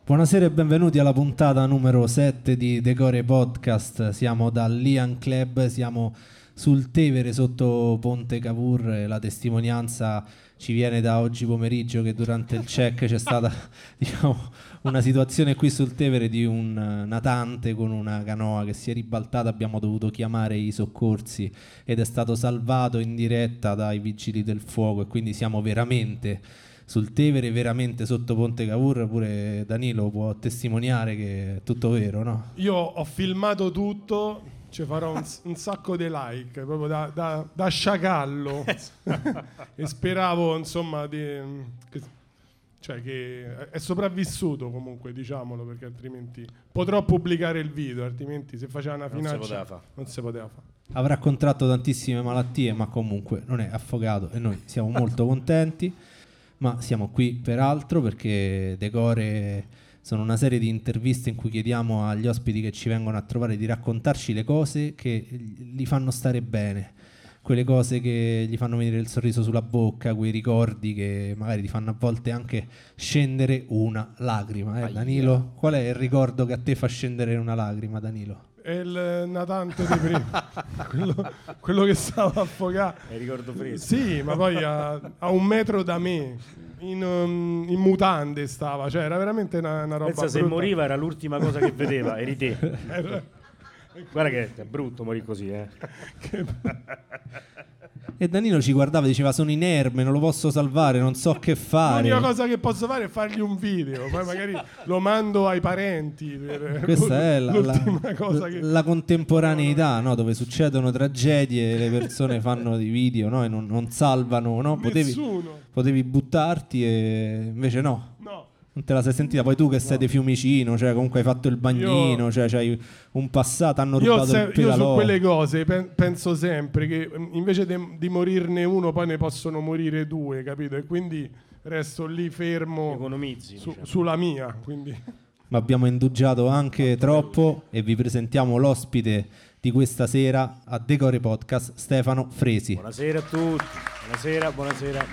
Buonasera e benvenuti alla puntata numero 7 di Decore Podcast. Siamo dal Lian Club, siamo sul Tevere sotto Ponte Cavour e la testimonianza ci viene da oggi pomeriggio che durante il check c'è stata una situazione qui sul Tevere di un natante con una canoa che si è ribaltata, abbiamo dovuto chiamare i soccorsi ed è stato salvato in diretta dai vigili del fuoco e quindi siamo veramente sul Tevere, veramente sotto Ponte Cavour. Pure Danilo può testimoniare che è tutto vero, no? Io ho filmato tutto, ci farò un sacco di like, proprio da sciacallo. E speravo, insomma, che è sopravvissuto comunque, diciamolo, perché altrimenti potrò pubblicare il video, altrimenti se faceva una finaccia non si poteva fare. Avrà contratto tantissime malattie, ma comunque non è affogato e noi siamo molto contenti. Ma siamo qui per altro, perché Decore sono una serie di interviste in cui chiediamo agli ospiti che ci vengono a trovare di raccontarci le cose che li fanno stare bene, quelle cose che gli fanno venire il sorriso sulla bocca, quei ricordi che magari ti fanno a volte anche scendere una lacrima. Danilo, qual è il ricordo che a te fa scendere una lacrima, Danilo? È il natante di prima, quello che stava affogato. È ricordo fresco. Sì, ma poi a un metro da me, in mutande stava, cioè era veramente una roba Pensa, brutta. se moriva era l'ultima cosa che vedeva, eri te. Guarda che è brutto morire così, E Danilo ci guardava e diceva: sono inerme, non lo posso salvare, non so che fare. L'unica cosa che posso fare è fargli un video, poi magari lo mando ai parenti. Questa è l'ultima cosa che... la contemporaneità, no? Dove succedono tragedie e le persone fanno dei video, no? E non salvano, no? Potevi buttarti e invece no. Non te la sei sentita? Poi tu che sei di Fiumicino, cioè comunque hai fatto il bagnino, cioè c'hai un passato, hanno rubato il pedalò. Io su quelle cose penso sempre che invece di morirne uno poi ne possono morire due, capito? E quindi resto lì fermo. Economizzi, sulla mia, quindi. Ma abbiamo indugiato anche troppo e vi presentiamo l'ospite di questa sera a Decore Podcast, Stefano Fresi. Buonasera a tutti. Buonasera.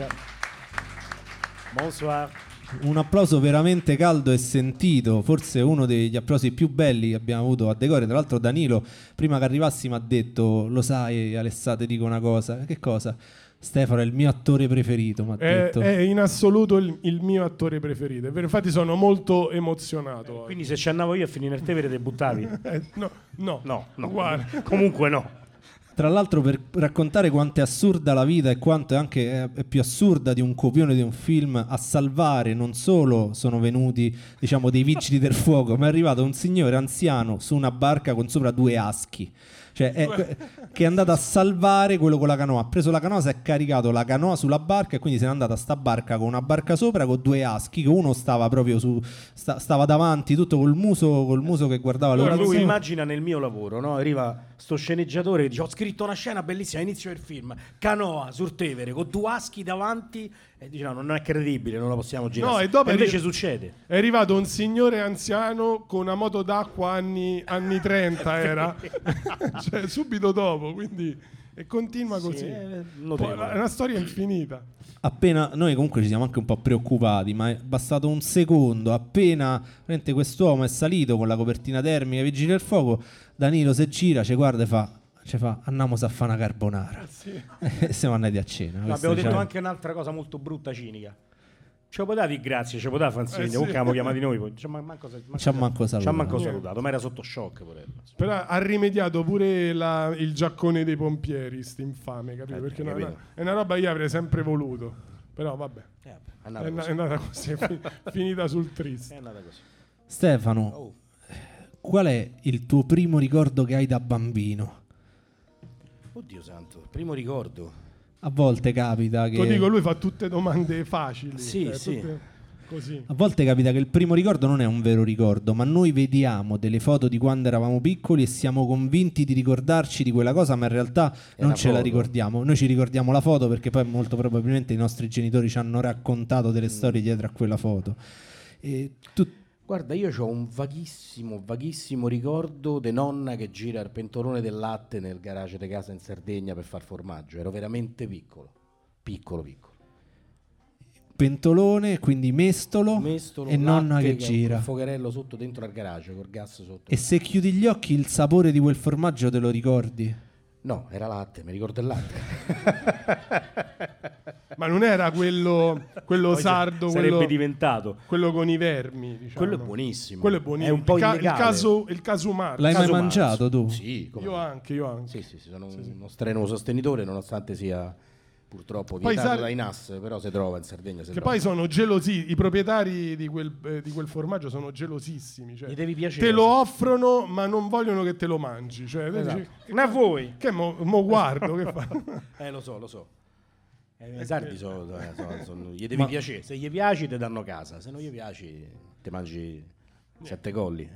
Bonsoir. Un applauso veramente caldo e sentito, forse uno degli applausi più belli che abbiamo avuto a Decore. Tra l'altro Danilo, prima che arrivassi, mi ha detto: lo sai Alessà, ti dico una cosa. Che cosa? Stefano è il mio attore preferito, mi ha detto. È in assoluto il mio attore preferito, è vero, infatti sono molto emozionato. Quindi se ci andavo io a finire nel Tevere te buttavi? No. Guarda. Comunque no. Tra l'altro, per raccontare quanto è assurda la vita e quanto è più assurda di un copione di un film, a salvare non solo sono venuti, diciamo, dei vigili del fuoco, ma è arrivato un signore anziano su una barca con sopra due aschi. Cioè che è andato a salvare quello con la canoa. Ha preso la canoa, si è caricato la canoa sulla barca e quindi se n'è andata a sta barca con una barca sopra con due aschi, che uno stava proprio stava davanti tutto col muso che guardava l'orizzonte. l'orizzonte. Lui immagina nel mio lavoro, no? Arriva sto sceneggiatore che dice: ho scritto una scena bellissima all'inizio del film, canoa sul Tevere con due aschi davanti, e dice no, non è credibile, non la possiamo girare. No, e dopo invece succede. È arrivato un signore anziano con una moto d'acqua anni 30 era. Cioè, subito dopo, quindi e continua così. È una storia infinita. Appena noi comunque ci siamo anche un po' preoccupati, ma è bastato un secondo, appena quest'uomo è salito con la copertina termica, vigili del fuoco, Danilo si gira, ci guarda e fa andiamo a fare una carbonara. Sì. E siamo andati a cena. Abbiamo detto anche un'altra cosa molto brutta, cinica. Ce lo poteva dire grazie, ce lo poteva Fanzini, comunque abbiamo chiamati noi, poi ci ha manco salutato, ma era sotto shock. Però ha rimediato pure il giaccone dei pompieri, sti infame, capito? Perché è una roba che io avrei sempre voluto, però vabbè, è andata così, è finita sul triste. È andata così. Stefano, qual è il tuo primo ricordo che hai da bambino? Oddio santo, primo ricordo. A volte capita che... Lo dico, lui fa tutte domande facili. Sì. Così. A volte capita che il primo ricordo non è un vero ricordo, ma noi vediamo delle foto di quando eravamo piccoli e siamo convinti di ricordarci di quella cosa, ma in realtà non ce la ricordiamo. Noi ci ricordiamo la foto perché poi molto probabilmente i nostri genitori ci hanno raccontato delle storie dietro a quella foto. E Guarda, io ho un vaghissimo ricordo di nonna che gira il pentolone del latte nel garage di casa in Sardegna per far formaggio. Ero veramente piccolo. pentolone, quindi mestolo e nonna che gira. Un focherello sotto dentro al garage col gas sotto. E se chiudi gli occhi il sapore di quel formaggio te lo ricordi? No, era latte, mi ricordo il latte. Ma non era quello sardo, sarebbe diventato quello con i vermi, diciamo. Quello è buonissimo. Quello è buonissimo. È un po' illegale. Il caso Marzo. L'hai mai mangiato tu? Sì, io anche. Sì, sono uno strenuo sostenitore, nonostante sia purtroppo vietato dai NAS, però si trova in Sardegna. Poi sono gelosi, i proprietari di quel formaggio sono gelosissimi, cioè, gli devi piacere, te lo offrono ma non vogliono che te lo mangi, cioè, esatto. Ma voi? Che mo guardo, che fa? Lo so. I sardi gli devi piacere, se gli piaci ti danno casa, se non gli piaci ti mangi 7 colli.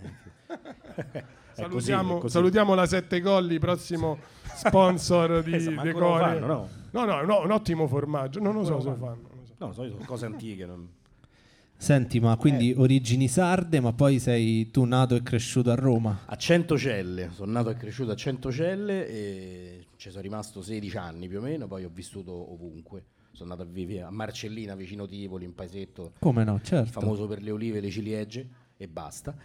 Salutiamo la Sette Colli, prossimo sponsor di Decore. No, un ottimo formaggio. Non lo so se lo fanno. No, sono cose antiche. Senti, ma quindi origini sarde, ma poi sei tu nato e cresciuto a Roma? A Centocelle, sono nato e cresciuto a Centocelle e ci sono rimasto 16 anni più o meno, poi ho vissuto ovunque. Sono andato a vivere a Marcellina, vicino Tivoli, in paesetto. Come no, certo. Famoso per le olive e le ciliegie e basta.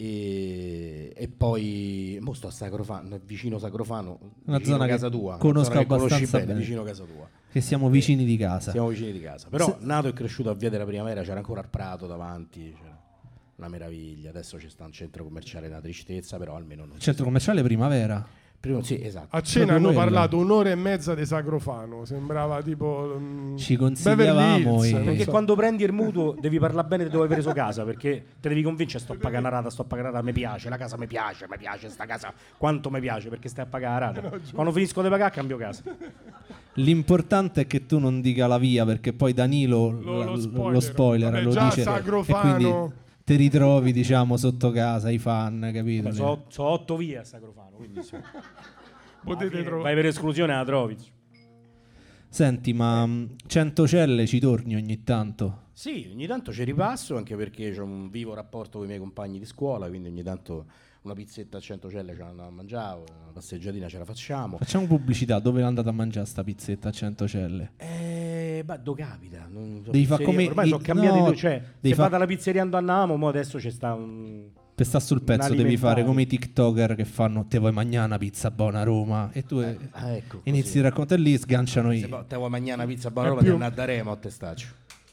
E poi mo sto a Sacrofano, vicino Sacrofano, una vicino zona casa tua, conosco abbastanza bene, vicino casa tua. Che siamo vicini di casa. Siamo vicini di casa. Però nato e cresciuto a Via della Primavera, c'era ancora il Prato davanti, c'era una meraviglia. Adesso c'è sta un centro commerciale, una tristezza, però almeno non centro commerciale Primavera. Sì, esatto. A cena hanno parlato un'ora e mezza di Sacrofano, sembrava tipo ci consigliavamo perché quando prendi il mutuo devi parlare bene di dove hai preso casa, perché te devi convincere sto a pagare una rata, mi piace, la casa mi piace sta casa quanto mi piace, perché stai a pagare la rata. Quando finisco di pagare cambio casa. L'importante è che tu non dica la via, perché poi Danilo lo spoiler. Vabbè, lo già dice Sacrofano, e quindi ti ritrovi, diciamo, sotto casa, i fan, capito? Sono 8 vie a Sacrofano, quindi potete trovare. Vai per esclusione la trovi. Senti, ma Centocelle ci torni ogni tanto? Sì, ogni tanto ci ripasso, anche perché ho un vivo rapporto con i miei compagni di scuola, quindi ogni tanto una pizzetta a Centocelle ce la mangiavo, una passeggiatina ce la facciamo. Facciamo pubblicità, dove andate a mangiare sta pizzetta a Centocelle? Dove capita? Devi fare come ormai sono cambiati, cioè se vado alla pizzeria andiamo, mo adesso c'è sta un... Per sta sul pezzo devi fare come i TikToker che fanno te vuoi mangiare una pizza buona a Roma e tu ecco, inizi a raccontare lì, sganciano te vuoi mangiare una pizza buona a Roma, devi andare da Remo a Testaccio.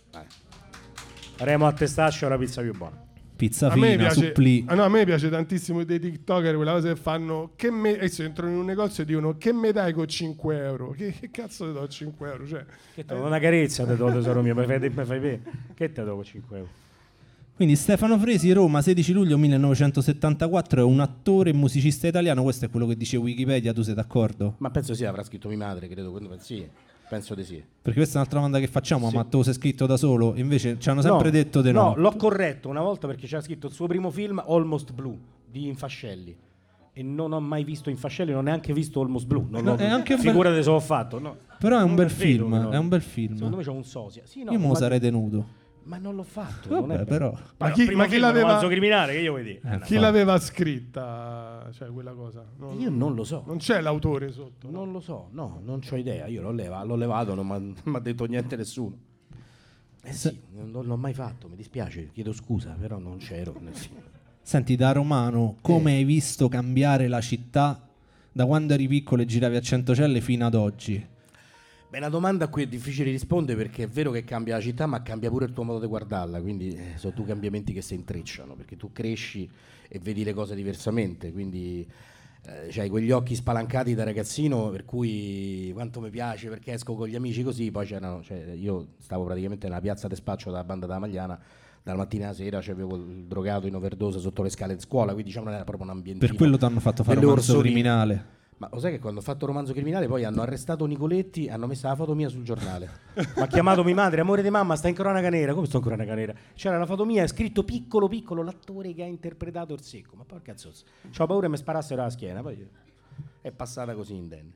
Remo a Testaccio è la pizza più buona. Pizza fina, supplì. A me piace tantissimo dei TikToker quella cosa che fanno adesso entrano in un negozio e dicono che me dai con 5 euro, che cazzo ti do 5 euro, cioè, che te do una carezza, te do tesoro mio, mi fai bene, che te do con 5 euro. Quindi Stefano Fresi, Roma, 16 luglio 1974, è un attore e musicista italiano. Questo è quello che dice Wikipedia, tu sei d'accordo? Ma penso sì, avrà scritto mia madre, credo, sì. Penso di sì. Perché questa è un'altra domanda che facciamo, sì. Ma tu sei scritto da solo? Invece ci hanno sempre detto di no. No, l'ho corretto una volta perché c'era scritto il suo primo film Almost Blue di Infascelli e non ho mai visto Infascelli, non ho neanche visto Almost Blue. Figurate se l'ho fatto. No. Però è un bel film, è un bel film. Secondo me c'è un sosia. Sì, no, io me lo sarei tenuto. Ma non l'ho fatto. Vabbè, non è però. Ma chi l'aveva? Romanzo criminale, che io vuoi dire? Chi l'aveva scritta, cioè quella cosa? Io non lo so. Non c'è l'autore sotto? Non lo so, no, non c'ho idea. Io l'ho levato, non mi ha detto niente nessuno. Sì, non l'ho mai fatto, mi dispiace, chiedo scusa, però non c'ero nel film. Senti, da romano, come hai visto cambiare la città da quando eri piccolo e giravi a Centocelle fino ad oggi? Beh, la domanda qui è difficile rispondere perché è vero che cambia la città, ma cambia pure il tuo modo di guardarla, quindi sono due cambiamenti che si intrecciano, perché tu cresci e vedi le cose diversamente, quindi c'hai quegli occhi spalancati da ragazzino, per cui quanto mi piace, perché esco con gli amici così, poi io stavo praticamente nella piazza de spaccio della banda della Magliana, dalla mattina alla sera c'avevo il drogato in overdose sotto le scale di scuola, quindi diciamo non era proprio un ambiente. Per quello ti hanno fatto fare Romanzo Criminale. Ma lo sai che quando ho fatto Romanzo Criminale poi hanno arrestato Nicoletti, hanno messo la foto mia sul giornale. Mi ha chiamato mia madre, amore di mamma, sta in cronaca nera. Come sto in cronaca nera? C'era la foto mia, è scritto piccolo l'attore che ha interpretato il secco. Ma porca zozza, c'ho paura che mi sparassero alla schiena, poi è passata così indenne.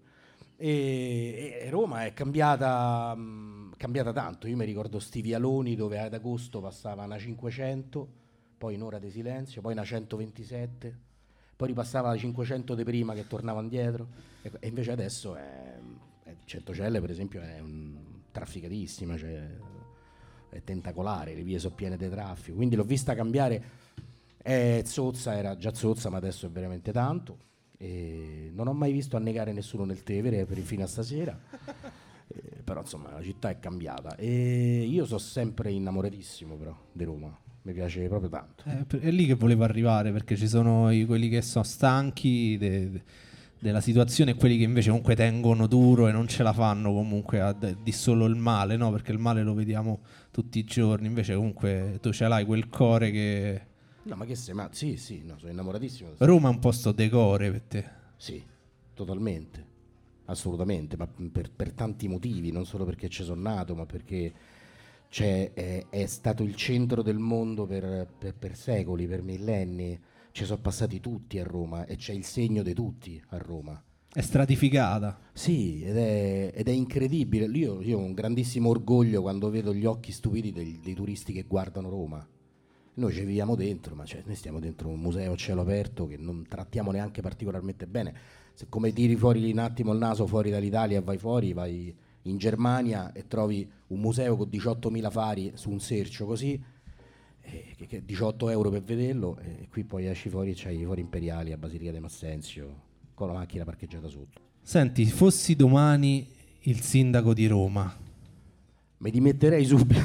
E Roma è cambiata tanto. Io mi ricordo sti vialoni dove ad agosto passava una 500, poi un'ora di silenzio, poi una 127, poi ripassava la 500 di prima che tornava indietro, e invece adesso è Centocelle per esempio è trafficatissima, cioè è tentacolare, le vie sono piene di traffico, quindi l'ho vista cambiare. Zozza, era già zozza, ma adesso è veramente tanto. E non ho mai visto annegare nessuno nel Tevere fino a stasera. Però insomma la città è cambiata e io sono sempre innamoratissimo però di Roma, mi piace proprio tanto. È lì che volevo arrivare, perché ci sono quelli che sono stanchi della situazione e quelli che invece comunque tengono duro e non ce la fanno comunque di solo il male, no? Perché il male lo vediamo tutti i giorni, invece comunque tu ce l'hai quel core che... No, ma che sei? Ma sì, no, sono innamoratissimo. Roma è un posto decore per te? Sì, totalmente, assolutamente, ma per tanti motivi, non solo perché ci sono nato, ma perché è stato il centro del mondo per secoli, per millenni. Ci sono passati tutti a Roma e c'è il segno di tutti a Roma. È stratificata. Sì, ed è incredibile. Io ho un grandissimo orgoglio quando vedo gli occhi stupidi dei turisti che guardano Roma. Noi ci viviamo dentro, ma noi stiamo dentro un museo a cielo aperto che non trattiamo neanche particolarmente bene. Se come tiri fuori un attimo il naso fuori dall'Italia e vai in Germania e trovi un museo con 18.000 fari su un sercio così, che 18 euro per vederlo, e qui poi esci fuori e c'hai i fori imperiali a Basilica de Massenzio con la macchina parcheggiata sotto. Senti, fossi domani il sindaco di Roma, mi dimetterei subito.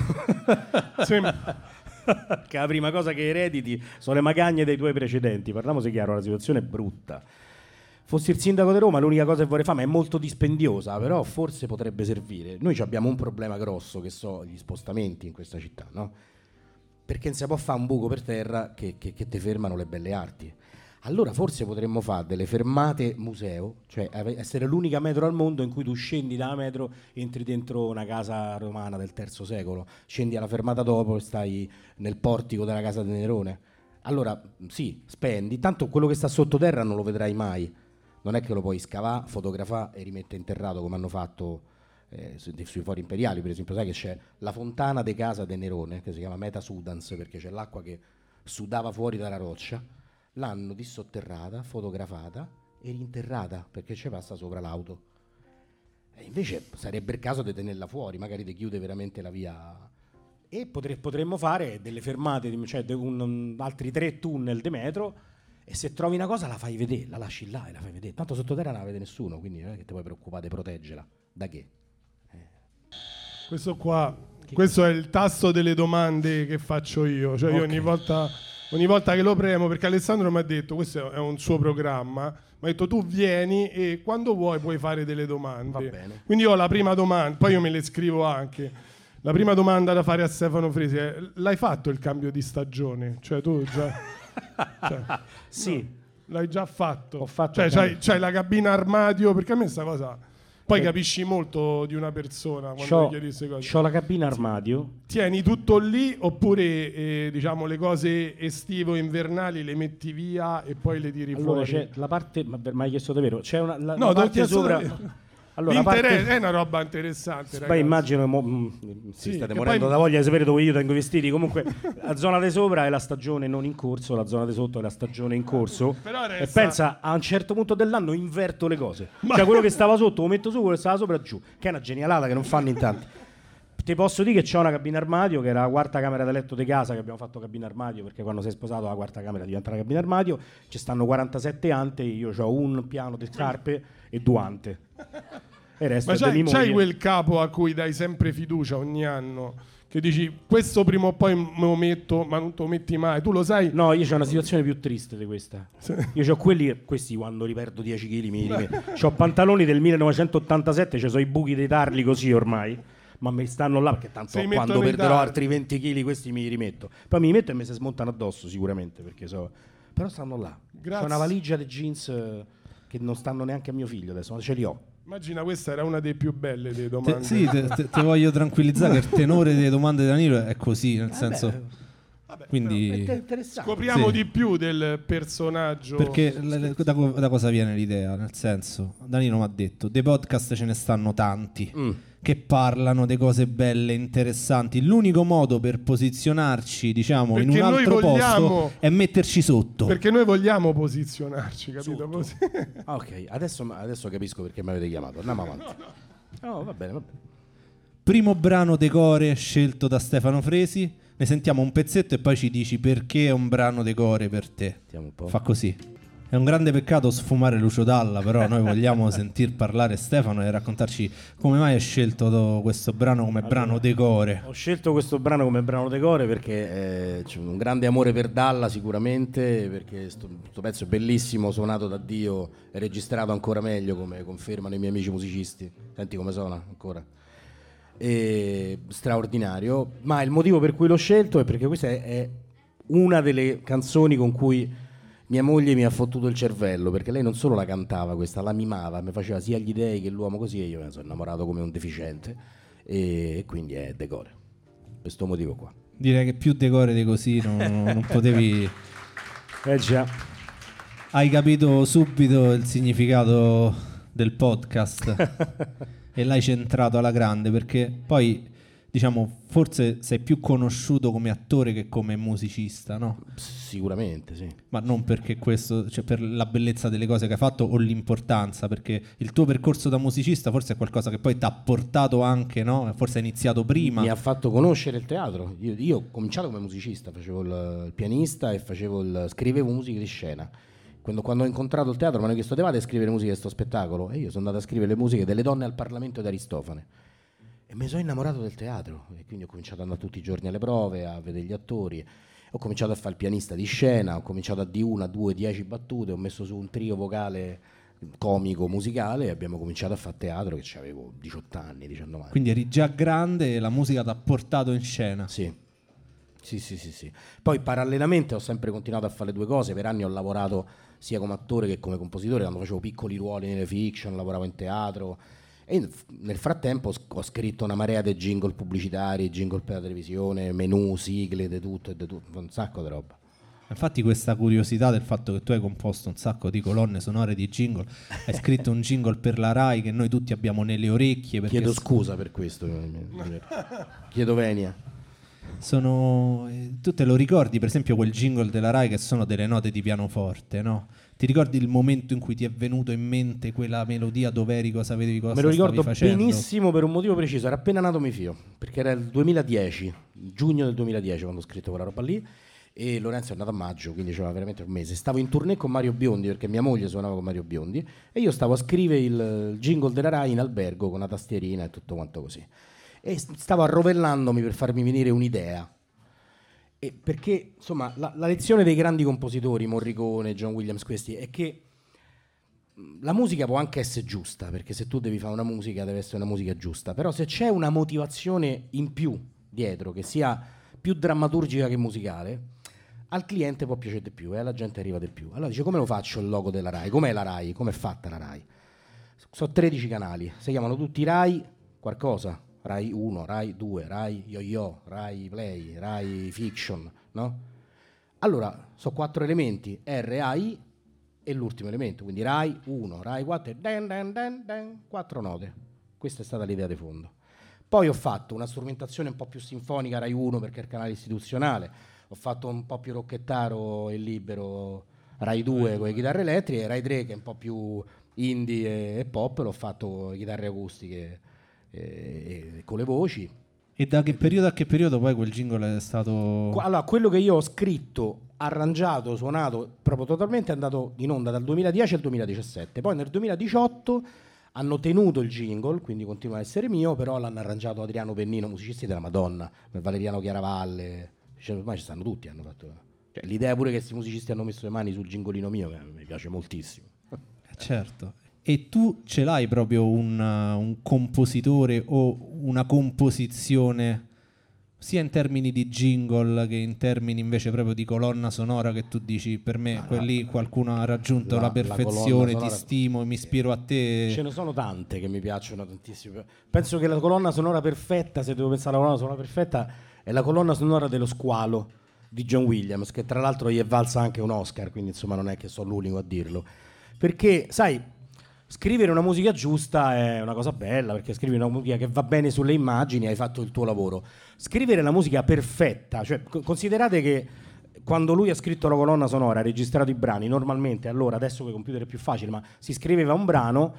Che la prima cosa che erediti sono le magagne dei tuoi precedenti. Parliamoci chiaro, la situazione è brutta. Fossi il sindaco di Roma, l'unica cosa che vorrei fare, ma è molto dispendiosa, però forse potrebbe servire. Noi abbiamo un problema grosso, che so gli spostamenti in questa città, no? Perché non si può fare un buco per terra che ti fermano le belle arti. Allora forse potremmo fare delle fermate museo, cioè essere l'unica metro al mondo in cui tu scendi dalla metro, entri dentro una casa romana del III secolo, scendi alla fermata dopo e stai nel portico della casa di Nerone. Allora sì, spendi, tanto quello che sta sottoterra non lo vedrai mai, non è che lo puoi scavare, fotografare e rimettere interrato come hanno fatto sui fori imperiali. Per esempio, sai che c'è la fontana di casa di Nerone, che si chiama Meta Sudans, perché c'è l'acqua che sudava fuori dalla roccia. L'hanno dissotterrata, fotografata e rinterrata perché ci passa sopra l'auto. E invece sarebbe il caso di tenerla fuori, magari di chiude veramente la via. E potremmo fare delle fermate, cioè altri 3 tunnel di metro, e se trovi una cosa la fai vedere, la lasci là e la fai vedere. Tanto sottoterra non la vede nessuno, quindi non è che ti puoi preoccupare di proteggerla. Da che? Questo è il tasto delle domande che faccio io. Cioè io ogni volta che lo premo, perché Alessandro mi ha detto, questo è un suo programma, mi ha detto tu vieni e quando vuoi puoi fare delle domande. Va bene. Quindi io ho la prima domanda, poi io me le scrivo anche. La prima domanda da fare a Stefano Fresi è: l'hai fatto il cambio di stagione? Cioè tu già... Sì. No, l'hai già fatto? Ho fatto. Cioè c'hai la cabina armadio, perché a me sta cosa... Poi capisci molto di una persona quando gli chiedi queste cose. C'ho la cabina armadio. Tieni tutto lì oppure diciamo le cose estive o invernali le metti via e poi le tiri allora, fuori? c'è la parte, ma mi hai chiesto davvero? C'è la parte sopra. Allora, è una roba interessante. Poi immagino state morendo da voglia di sapere dove io tengo i vestiti. Comunque la zona di sopra è la stagione non in corso, la zona di sotto è la stagione in corso. E pensa, a un certo punto dell'anno inverto le cose. Cioè quello che stava sotto lo metto su, quello che stava sopra giù, che è una genialata che non fanno in tanti. Ti posso dire che c'è una cabina armadio, che era la quarta camera da letto di casa, che abbiamo fatto cabina armadio perché quando sei sposato la quarta camera diventa la cabina armadio. Ci stanno 47 ante, io ho un piano di scarpe e 2 ante. Ma c'hai quel capo a cui dai sempre fiducia ogni anno, che dici questo prima o poi me lo metto, ma non te lo metti mai, tu lo sai? No, io c'ho una situazione più triste di questa. Io ho questi quando riperdo 10 kg mi rimetto. C'ho pantaloni del 1987, ci sono i buchi dei tarli così ormai, ma mi stanno là perché tanto quando perderò altri 20 kg questi mi rimetto. Poi mi rimetto e mi si smontano addosso sicuramente, perché però stanno là. C'ho una valigia di jeans che non stanno neanche a mio figlio adesso, ma ce li ho. Immagina, questa era una delle più belle delle domande. Te voglio tranquillizzare che il tenore delle domande di Danilo è così, nel senso... Quindi scopriamo di più del personaggio. Perché da cosa viene l'idea? Nel senso, Danilo mi ha detto, dei podcast ce ne stanno tanti che parlano di cose belle, interessanti. L'unico modo per posizionarci, diciamo, perché in un altro posto è metterci sotto. Perché noi vogliamo posizionarci, capito? Così. Ok, adesso capisco perché mi avete chiamato. Andiamo avanti. No, va bene. Primo brano decore scelto da Stefano Fresi. Ne sentiamo un pezzetto e poi ci dici perché è un brano decore per te. Fa così. È un grande peccato sfumare Lucio Dalla, però noi vogliamo sentir parlare Stefano e raccontarci come mai hai scelto questo brano come brano decore. Ho scelto questo brano come brano decore perché c'è un grande amore per Dalla sicuramente, perché questo pezzo è bellissimo, suonato da Dio e registrato ancora meglio, come confermano i miei amici musicisti. Senti come suona ancora. Straordinario, ma il motivo per cui l'ho scelto è perché questa è una delle canzoni con cui mia moglie mi ha fottuto il cervello, perché lei non solo la cantava questa, la mimava, mi faceva sia gli dei che l'uomo così, e io me ne sono innamorato come un deficiente, e quindi è decore, per questo motivo qua. Direi che più decore di così non potevi. Già. Hai capito subito il significato del podcast e l'hai centrato alla grande, perché poi diciamo forse sei più conosciuto come attore che come musicista, no? Sicuramente sì. Ma non perché questo, cioè per la bellezza delle cose che hai fatto o l'importanza, perché il tuo percorso da musicista forse è qualcosa che poi ti ha portato anche, no? Forse hai iniziato prima. Mi ha fatto conoscere il teatro. Io ho cominciato come musicista, facevo il pianista e scrivevo musiche di scena. Quando ho incontrato il teatro mi hanno chiesto: dovete scrivere musiche di sto spettacolo? E io sono andato a scrivere le musiche delle donne al Parlamento di Aristofane. E mi sono innamorato del teatro e quindi ho cominciato ad andare tutti i giorni alle prove, a vedere gli attori, ho cominciato a fare il pianista di scena, ho cominciato a di 1, 2, 10 battute, ho messo su un trio vocale comico musicale e abbiamo cominciato a fare teatro che avevo 18 anni, 19 anni. Quindi eri già grande e la musica ti ha portato in scena. Sì. Poi parallelamente ho sempre continuato a fare le due cose, per anni ho lavorato sia come attore che come compositore, quando facevo piccoli ruoli nelle fiction, lavoravo in teatro. E nel frattempo ho scritto una marea di jingle pubblicitari, jingle per la televisione, menù, sigle, di tutto, un sacco di roba. Infatti questa curiosità del fatto che tu hai composto un sacco di colonne sonore di jingle, hai scritto un jingle per la Rai che noi tutti abbiamo nelle orecchie. Chiedo scusa per questo, chiedo venia. Tu te lo ricordi per esempio quel jingle della Rai che sono delle note di pianoforte, no? Ti ricordi il momento in cui ti è venuto in mente quella melodia, dov'eri, cosa vedevi, cosa stavi facendo? Me lo ricordo benissimo per un motivo preciso, era appena nato mio figlio, perché era il 2010, giugno del 2010 quando ho scritto quella roba lì, e Lorenzo è nato a maggio, quindi c'era veramente un mese. Stavo in tournée con Mario Biondi, perché mia moglie suonava con Mario Biondi, e io stavo a scrivere il jingle della Rai in albergo con una tastierina e tutto quanto così. E stavo arrovellandomi per farmi venire un'idea. E perché insomma la lezione dei grandi compositori, Morricone, John Williams, questi, è che la musica può anche essere giusta, perché se tu devi fare una musica deve essere una musica giusta, però se c'è una motivazione in più dietro, che sia più drammaturgica che musicale, al cliente può piacere di più e alla gente arriva di più. Allora dice: come lo faccio il logo della Rai? Com'è la Rai? Com'è fatta la Rai? Sono 13 canali, si chiamano tutti Rai qualcosa. Rai 1, Rai 2, Rai Yo-Yo, Rai Play, Rai Fiction, no? Allora, sono 4 elementi, R-A-I e l'ultimo elemento, quindi Rai 1, Rai 4 e 4 note. Questa è stata l'idea di fondo. Poi ho fatto una strumentazione un po' più sinfonica, Rai 1 perché è il canale istituzionale, ho fatto un po' più rocchettaro e libero Rai 2 con le chitarre elettriche, Rai 3 che è un po' più indie e pop, l'ho fatto con le chitarre acustiche e con le voci. E da che periodo a che periodo poi quel jingle è stato? Allora, quello che io ho scritto, arrangiato, suonato proprio totalmente è andato in onda dal 2010 al 2017. Poi nel 2018 hanno tenuto il jingle, quindi continua a essere mio, però l'hanno arrangiato Adriano Pennino, musicisti della Madonna, Valeriano Chiaravalle, ormai ci stanno tutti, hanno fatto. Cioè, l'idea pure che questi musicisti hanno messo le mani sul jingolino mio mi piace moltissimo. Certo. E tu ce l'hai proprio un compositore o una composizione sia in termini di jingle che in termini invece proprio di colonna sonora che tu dici per me lì qualcuno ha raggiunto la perfezione, ti stimo, mi ispiro a te? Ce ne sono tante che mi piacciono tantissimo. Penso che la colonna sonora perfetta, se devo pensare alla colonna sonora perfetta, è la colonna sonora dello Squalo di John Williams, che tra l'altro gli è valsa anche un Oscar, quindi insomma non è che sono l'unico a dirlo. Perché, sai, scrivere una musica giusta è una cosa bella, perché scrivi una musica che va bene sulle immagini, hai fatto il tuo lavoro. Scrivere la musica perfetta, cioè considerate che quando lui ha scritto la colonna sonora, ha registrato i brani, normalmente allora, adesso con i computer è più facile, ma si scriveva un brano,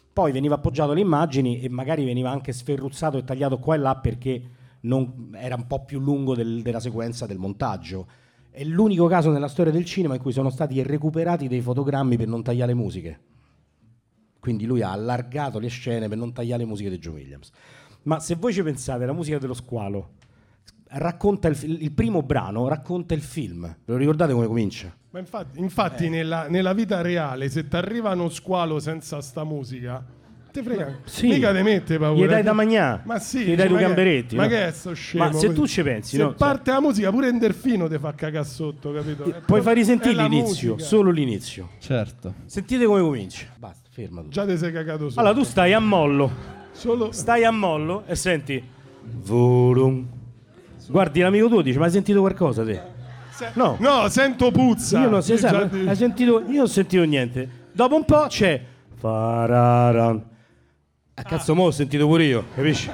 Poi veniva appoggiato alle immagini e magari veniva anche sferruzzato e tagliato qua e là perché era un po' più lungo della sequenza del montaggio. È l'unico caso nella storia del cinema in cui sono stati recuperati dei fotogrammi per non tagliare le musiche. Quindi lui ha allargato le scene per non tagliare le musiche di John Williams. Ma se voi ci pensate, la musica dello squalo racconta il primo brano racconta il film. Ve lo ricordate come comincia? Ma infatti nella vita reale, se ti arriva uno squalo senza sta musica, te frega. Sì. Mica te mette paura. Gli dai da mangià. Ma sì, gli dai due gamberetti. Ma no? che è sto scemo? Ma se tu ci pensi, se no? parte la musica, pure in delfino ti fa cagare sotto, capito? Puoi far risentire l'inizio, musica. solo l'inizio. Certo. Sentite come comincia. Basta, ferma tu. Già ti sei cagato sotto. Allora tu stai a mollo. Stai a mollo e senti Vorum. Guardi l'amico tuo, dice: ma hai sentito qualcosa te? No, sento puzza. io non, hai sentito, io non ho sentito niente. Dopo un po' c'è Pararan. Cazzo, mo' ho sentito pure io, capisci?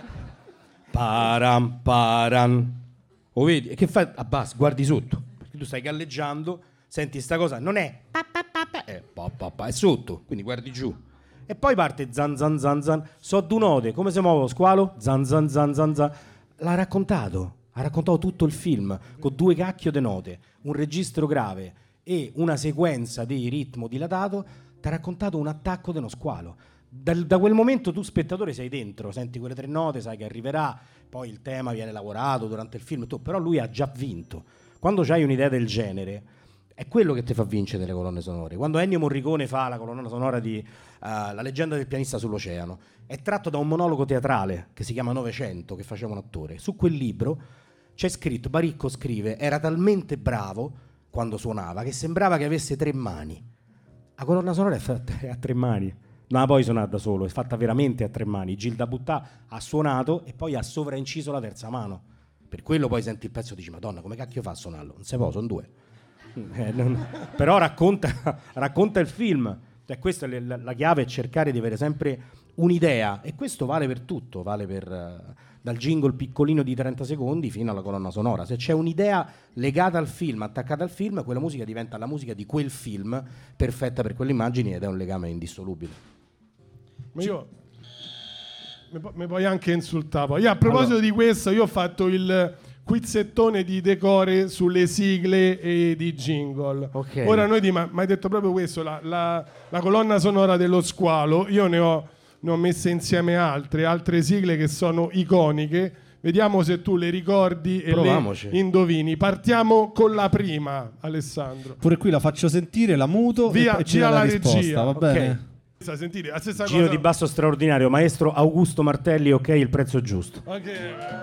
Param paran. O vedi? E che fai? Abbassa, guardi sotto. Perché tu stai galleggiando, senti sta cosa, non è è sotto, quindi guardi giù. E poi parte zan zan zan zan. So due note, come si muove lo squalo? Zan zan zan zan zan. Ha raccontato tutto il film con due cacchio di note, un registro grave e una sequenza di ritmo dilatato. Ti ha raccontato un attacco dello squalo. Da quel momento tu spettatore sei dentro, senti quelle tre note, sai che arriverà, poi il tema viene lavorato durante il film, però lui ha già vinto. Quando hai un'idea del genere è quello che ti fa vincere le colonne sonore. Quando Ennio Morricone fa la colonna sonora di La leggenda del pianista sull'oceano, è tratto da un monologo teatrale che si chiama Novecento, che faceva un attore. Su quel libro c'è scritto, Baricco scrive, era talmente bravo quando suonava che sembrava che avesse tre mani. La colonna sonora è fatta a tre mani. Non la puoi suonare da solo, è fatta veramente a tre mani. Gilda Buttà ha suonato e poi ha sovrainciso la terza mano. Per quello poi senti il pezzo e dici: Madonna, come cacchio fa a suonarlo? Non si può, sono due. Però racconta il film. Cioè, questa è la chiave, è cercare di avere sempre un'idea. E questo vale per tutto, vale per dal jingle piccolino di 30 secondi fino alla colonna sonora. Se c'è un'idea legata al film, attaccata al film, quella musica diventa la musica di quel film, perfetta per quelle immagini, ed è un legame indissolubile. Ma io mi puoi anche insultare poi. Io, a proposito di questo, io ho fatto il quizzettone di decore sulle sigle e di jingle. Okay. Ora noi mi hai detto proprio questo, la colonna sonora dello squalo. Io ne ho messe insieme altre sigle che sono iconiche. Vediamo se tu le ricordi e proviamoci. Le indovini. Partiamo con la prima, Alessandro. Pure qui la faccio sentire, la muto via, e ci dà la risposta, regia. va bene? Sentire, la stessa Giro cosa. di basso straordinario, maestro Augusto Martelli, ok, il prezzo giusto. Okay.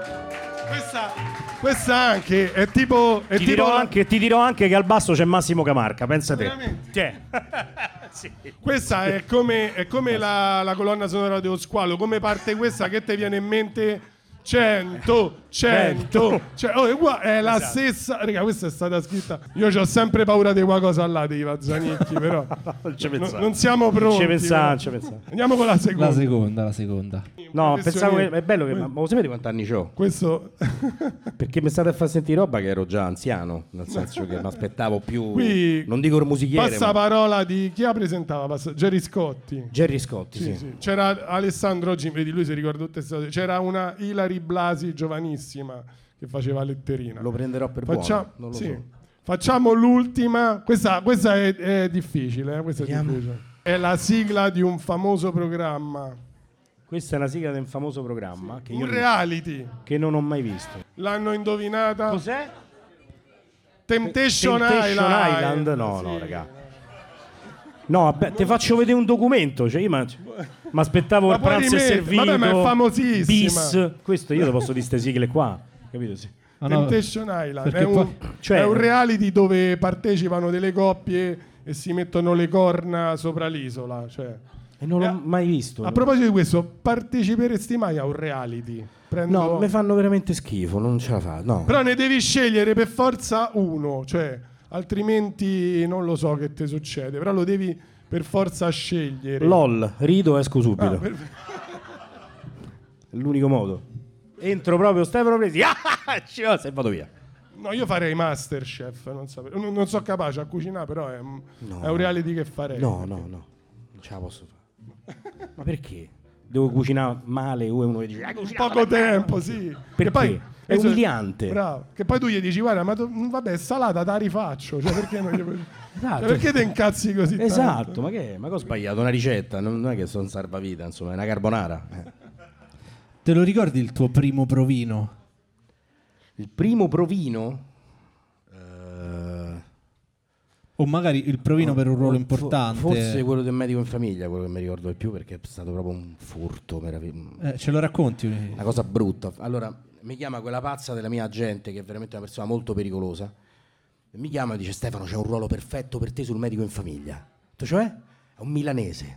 Questa anche è tipo. Ti dirò anche che al basso c'è Massimo Camarca, pensa te. Sì. Questa è come la colonna sonora dello squalo. Come parte questa, che ti viene in mente? 100 è la stessa. Raga, questa è stata scritta. Io ho sempre paura di qualcosa là dei Vazzanicchi, però non siamo pronti. Ci pensavo. Andiamo con la seconda. La seconda. No, pensavo che è bello che. Ma lo sapete quanti anni c'ho? Questo perché mi state a far sentire roba che ero già anziano, nel senso che mi aspettavo più. Qui non dico il musichiere. Passaparola di chi la presentava? Jerry Scotti. Sì. C'era Alessandro oggi, vedi, lui si ricorda tutte queste cose. C'era una Ilari Blasi giovanissima che faceva letterina. Lo prenderò per buono. Non lo so. Facciamo l'ultima. Questa è difficile, questa è difficile. È la sigla di un famoso programma. Questa è la sigla di un famoso programma che io reality che non ho mai visto. L'hanno indovinata? Cos'è? Temptation Island. No, raga. No, vabbè, ti faccio vedere un documento. Cioè, io mi aspettavo il pranzo e servito. Vabbè, ma è famosissima. Bis. Questo io te posso dire queste sigle qua. Capito? Sì. Temptation Island è un reality dove partecipano delle coppie e si mettono le corna sopra l'isola. Cioè. E non l'ho mai visto. A proposito di questo, parteciperesti mai a un reality? No, mi fanno veramente schifo, non ce la fa. No. Però ne devi scegliere per forza uno, cioè, altrimenti non lo so che ti succede, però lo devi per forza scegliere. LOL, rido, esco subito. È l'unico modo. Entro proprio, Stefano Presi, e vado via. No, io farei Masterchef, non sono capace a cucinare, però è un reality che farei. No, non ce la posso fare. Ma perché? Devo cucinare male, uno che dice poco tempo, sì. Perché poi è umiliante. Bravo. Che poi tu gli dici guarda, ma vabbè, salata te la rifaccio, cioè perché non gli esatto. Perché te incazzi così esatto, tanto? ma che ho sbagliato una ricetta, non è che sono salvavita, insomma, è una carbonara. Te lo ricordi il tuo primo provino? Il primo provino? O magari il provino per un ruolo importante. Forse quello del medico in famiglia, quello che mi ricordo di più, perché è stato proprio un furto meraviglioso. Ce lo racconti? Una cosa brutta. Allora, mi chiama quella pazza della mia agente, che è veramente una persona molto pericolosa, e mi chiama e dice: Stefano, c'è un ruolo perfetto per te sul medico in famiglia. Cioè? È un milanese.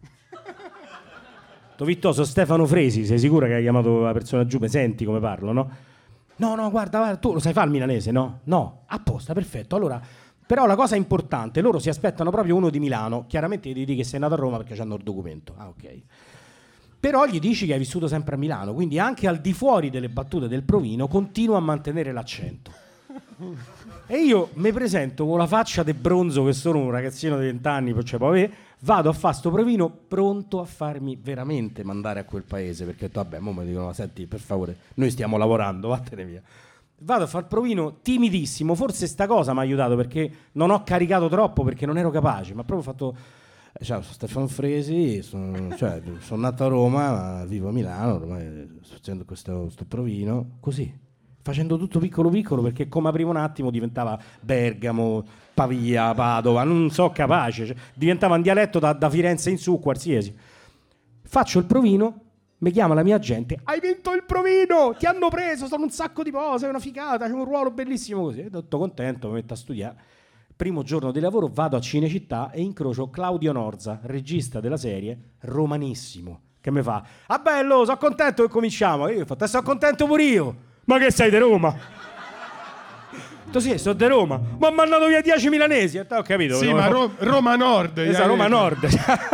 T'ho Vittoso, Stefano Fresi, sei sicura che hai chiamato la persona giù? Mi senti come parlo, no? No, guarda, tu lo sai fare il milanese, no? No, apposta, perfetto. Allora, però la cosa importante, loro si aspettano proprio uno di Milano, chiaramente gli dici che sei nato a Roma perché hanno il documento. Ah, ok. Però gli dici che hai vissuto sempre a Milano, quindi anche al di fuori delle battute del provino continua a mantenere l'accento. E io mi presento con la faccia de bronzo che sono un ragazzino di 20 anni, cioè poi vado a fare sto provino pronto a farmi veramente mandare a quel paese, perché vabbè, mo mi dicono: senti, per favore, noi stiamo lavorando, vattene via. Vado a far provino timidissimo, forse sta cosa mi ha aiutato perché non ho caricato troppo, perché non ero capace, ma proprio ho fatto: ciao, sono Stefano Fresi, sono nato a Roma, vivo a Milano, ormai sto facendo questo provino, così, facendo tutto piccolo piccolo, perché come aprivo un attimo diventava Bergamo, Pavia, Padova, non so capace, cioè, diventava un dialetto da Firenze in su, qualsiasi. Faccio il provino, mi chiama la mia agente: hai vinto il provino, ti hanno preso, sono un sacco di cose, è una figata, c'è un ruolo bellissimo, così. Tutto contento, mi metto a studiare. Primo giorno di lavoro vado a Cinecittà e incrocio Claudio Norza, regista della serie, romanissimo, che mi fa: ah bello, sono contento che cominciamo. E io ho fatto: sono contento pure io. Ma che sei di Roma? Sì, sono di Roma, ma mi hanno mandato via 10 milanesi. Ho capito. Sì, ma Roma Nord. Esatto, Roma Nord.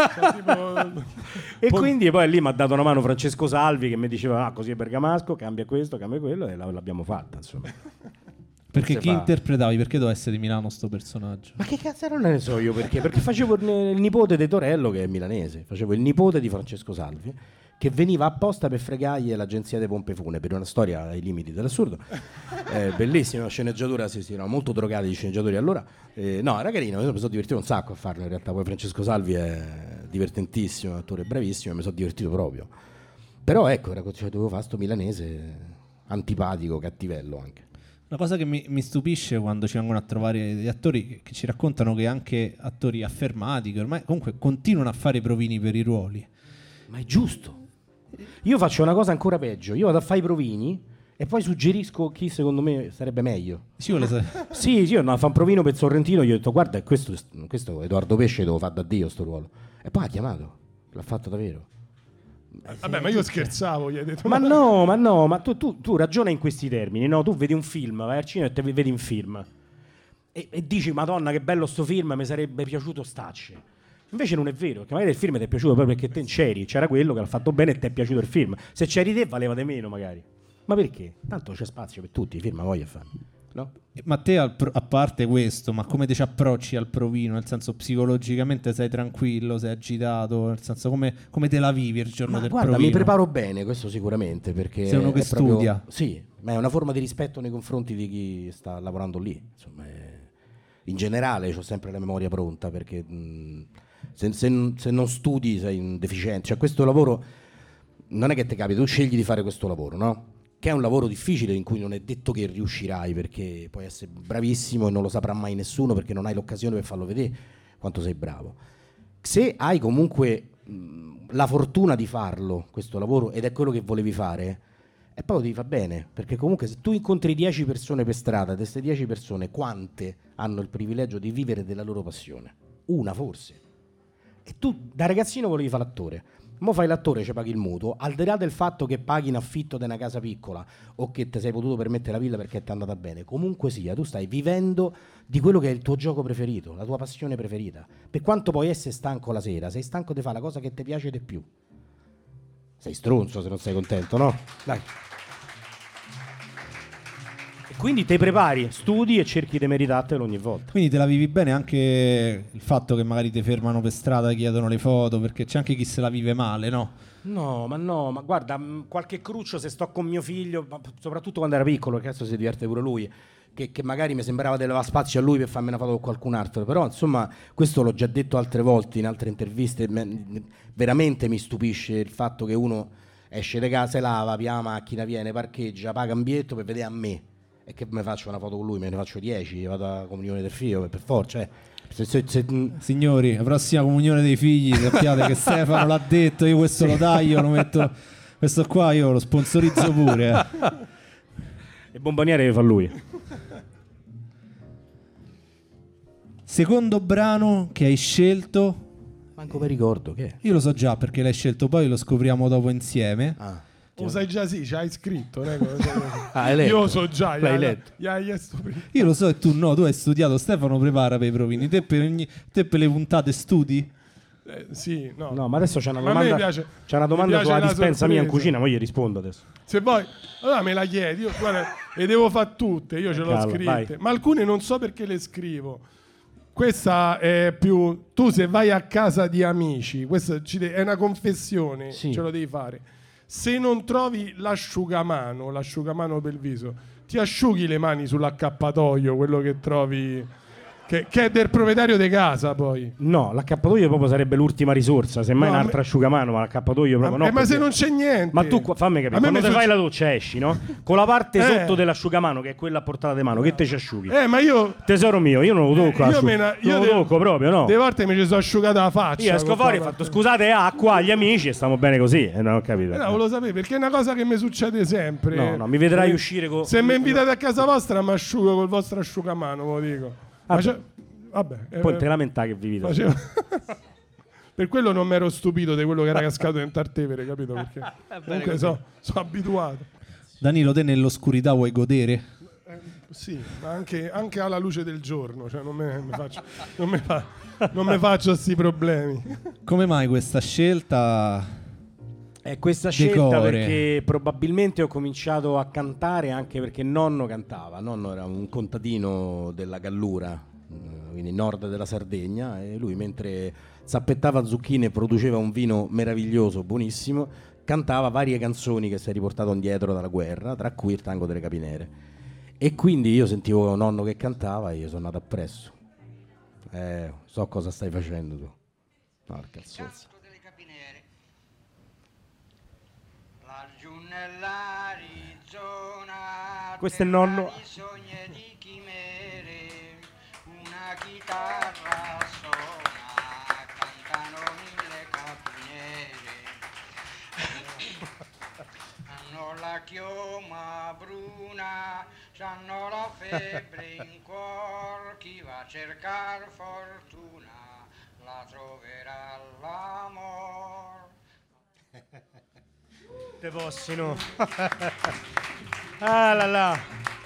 E quindi poi lì mi ha dato una mano Francesco Salvi, che mi diceva: ah, così è bergamasco, cambia questo, cambia quello, e l'abbiamo fatta, insomma. Perché chi interpretavi? Perché doveva essere di Milano sto personaggio? Ma che cazzo non ne so io perché? Perché facevo il nipote di Torello, che è milanese, facevo il nipote di Francesco Salvi, che veniva apposta per fregargli l'agenzia dei pompe funebri, una storia ai limiti dell'assurdo. Bellissima sceneggiatura, sì, no, molto drogati gli sceneggiatori allora. No, era carino, io mi sono divertito un sacco a farlo in realtà, poi Francesco Salvi è divertentissimo, attore bravissimo, e mi sono divertito proprio. Però ecco, dovevo fare sto milanese antipatico, cattivello anche. Una cosa che mi stupisce quando ci vengono a trovare gli attori che ci raccontano che anche attori affermati, che ormai comunque continuano a fare i provini per i ruoli. Ma è giusto. Io faccio una cosa ancora peggio, io vado a fare i provini e poi suggerisco chi secondo me sarebbe meglio. Sì, io andavo a fare un provino per Sorrentino, gli ho detto: guarda, questo Edoardo Pesce devo fare da Dio sto ruolo. E poi ha chiamato, l'ha fatto davvero. Vabbè, ma io scherzavo, gli hai detto. Ma no, ma tu ragiona in questi termini, no? Tu vedi un film, vai al cinema e te vedi un film e dici: Madonna, che bello sto film, mi sarebbe piaciuto starci. Invece non è vero, perché magari il film ti è piaciuto proprio perché te c'eri, c'era quello che l'ha fatto bene e ti è piaciuto il film. Se c'eri te valeva di meno magari. Ma perché? Tanto c'è spazio per tutti, i film voglio fare, no? Ma te, a parte questo, ma come ti ci approcci al provino? Nel senso, psicologicamente sei tranquillo, sei agitato? Nel senso, come te la vivi il giorno del guarda, provino? Mi preparo bene, questo sicuramente, perché sei uno che studia. Sì, ma è una forma di rispetto nei confronti di chi sta lavorando lì. Insomma, in generale ho sempre la memoria pronta, perché se non studi sei un deficiente. Cioè, questo lavoro non è che ti capita, tu scegli di fare questo lavoro, no? Che è un lavoro difficile, in cui non è detto che riuscirai, perché puoi essere bravissimo e non lo saprà mai nessuno, perché non hai l'occasione per farlo vedere quanto sei bravo. Se hai comunque la fortuna di farlo, questo lavoro, ed è quello che volevi fare, e poi ti fa bene, perché comunque se tu incontri 10 persone per strada, di queste 10 persone quante hanno il privilegio di vivere della loro passione? Una forse. E tu da ragazzino volevi fare l'attore. Mo fai l'attore, ci paghi il mutuo, al di là del fatto che paghi in affitto di una casa piccola o che ti sei potuto permettere la villa perché ti è andata bene, comunque sia, tu stai vivendo di quello che è il tuo gioco preferito, la tua passione preferita. Per quanto puoi essere stanco la sera, sei stanco di fare la cosa che ti piace di più. Sei stronzo se non sei contento, no? Dai. Quindi te prepari, studi e cerchi di meritartelo ogni volta. Quindi te la vivi bene anche il fatto che magari ti fermano per strada, chiedono le foto, perché c'è anche chi se la vive male, no? No, ma guarda, qualche cruccio se sto con mio figlio, soprattutto quando era piccolo, che adesso si diverte pure lui, che magari mi sembrava di levare spazio a lui per farmi una foto con qualcun altro, però insomma questo l'ho già detto altre volte in altre interviste, veramente mi stupisce il fatto che uno esce di casa e lava, pia la macchina, viene, parcheggia, paga un biglietto per vedere a me. E che mi faccio una foto con lui, me ne faccio 10, vado alla comunione del figlio, per forza. Signori, la prossima comunione dei figli, sappiate che Stefano l'ha detto, io questo lo taglio, lo metto, questo qua io lo sponsorizzo pure. E bomboniere che fa lui. Secondo brano che hai scelto... Manco mi ricordo che è. Io lo so già perché l'hai scelto, poi lo scopriamo dopo insieme. Lo sai già, sì, ci hai scritto. Io so già, l'hai letto. Io lo so e tu no, tu hai studiato. Stefano prepara per i provini. Te per le puntate studi? Sì, no. No, ma adesso c'è una domanda, sulla dispensa mia in cucina, ma io gli rispondo adesso. Se vuoi, allora me la chiedi, io guarda, le devo fare tutte, io ce l'ho scritte. Vai. Ma alcune non so perché le scrivo. Questa è più... Tu se vai a casa di amici, questa è una confessione, sì. Ce lo devi fare. Se non trovi l'asciugamano per il viso, ti asciughi le mani sull'accappatoio, quello che trovi, che è del proprietario di casa poi. No, l'accappatoio proprio sarebbe l'ultima risorsa, semmai un'altra asciugamano, ma l'accappatoio proprio no. Ma se non c'è niente. Ma tu fammi capire, quando te fai la doccia esci, no? Con la parte sotto dell'asciugamano, che è quella a portata di mano, che te ci asciughi? Ma io... Tesoro mio, io non lo tocco, non lo tocco proprio, no? Delle volte mi ci sono asciugata la faccia. Io esco fuori e ho fatto, scusate, è acqua, gli amici, e stiamo bene così, non ho capito. No, lo sapevo, perché è una cosa che mi succede sempre. No, mi vedrai uscire con... Se mi invitate a casa vostra, mi asciugo col vostro asciugamano, ve lo dico. Vabbè, poi te lamenta che vivi da per quello non mi ero stupito di quello che era cascato dentro al Tevere, capito? Perché comunque sono abituato. Danilo, te nell'oscurità vuoi godere? Sì, ma anche alla luce del giorno, cioè non mi faccio questi problemi. Come mai questa scelta? Questa scelta perché probabilmente ho cominciato a cantare anche perché nonno cantava. Nonno era un contadino della Gallura, quindi nord della Sardegna, e lui mentre zappettava zucchine e produceva un vino meraviglioso, buonissimo, cantava varie canzoni che si è riportato indietro dalla guerra, tra cui il tango delle Capinere. E quindi io sentivo nonno che cantava e io sono andato appresso. So cosa stai facendo tu. Porca zozza. Questo è il nonno. Una chitarra suona, cantano mille capinere. Hanno la chioma bruna, c'hanno la febbre in cuor. Chi va a cercar fortuna la troverà l'amor. Te possino. Ah.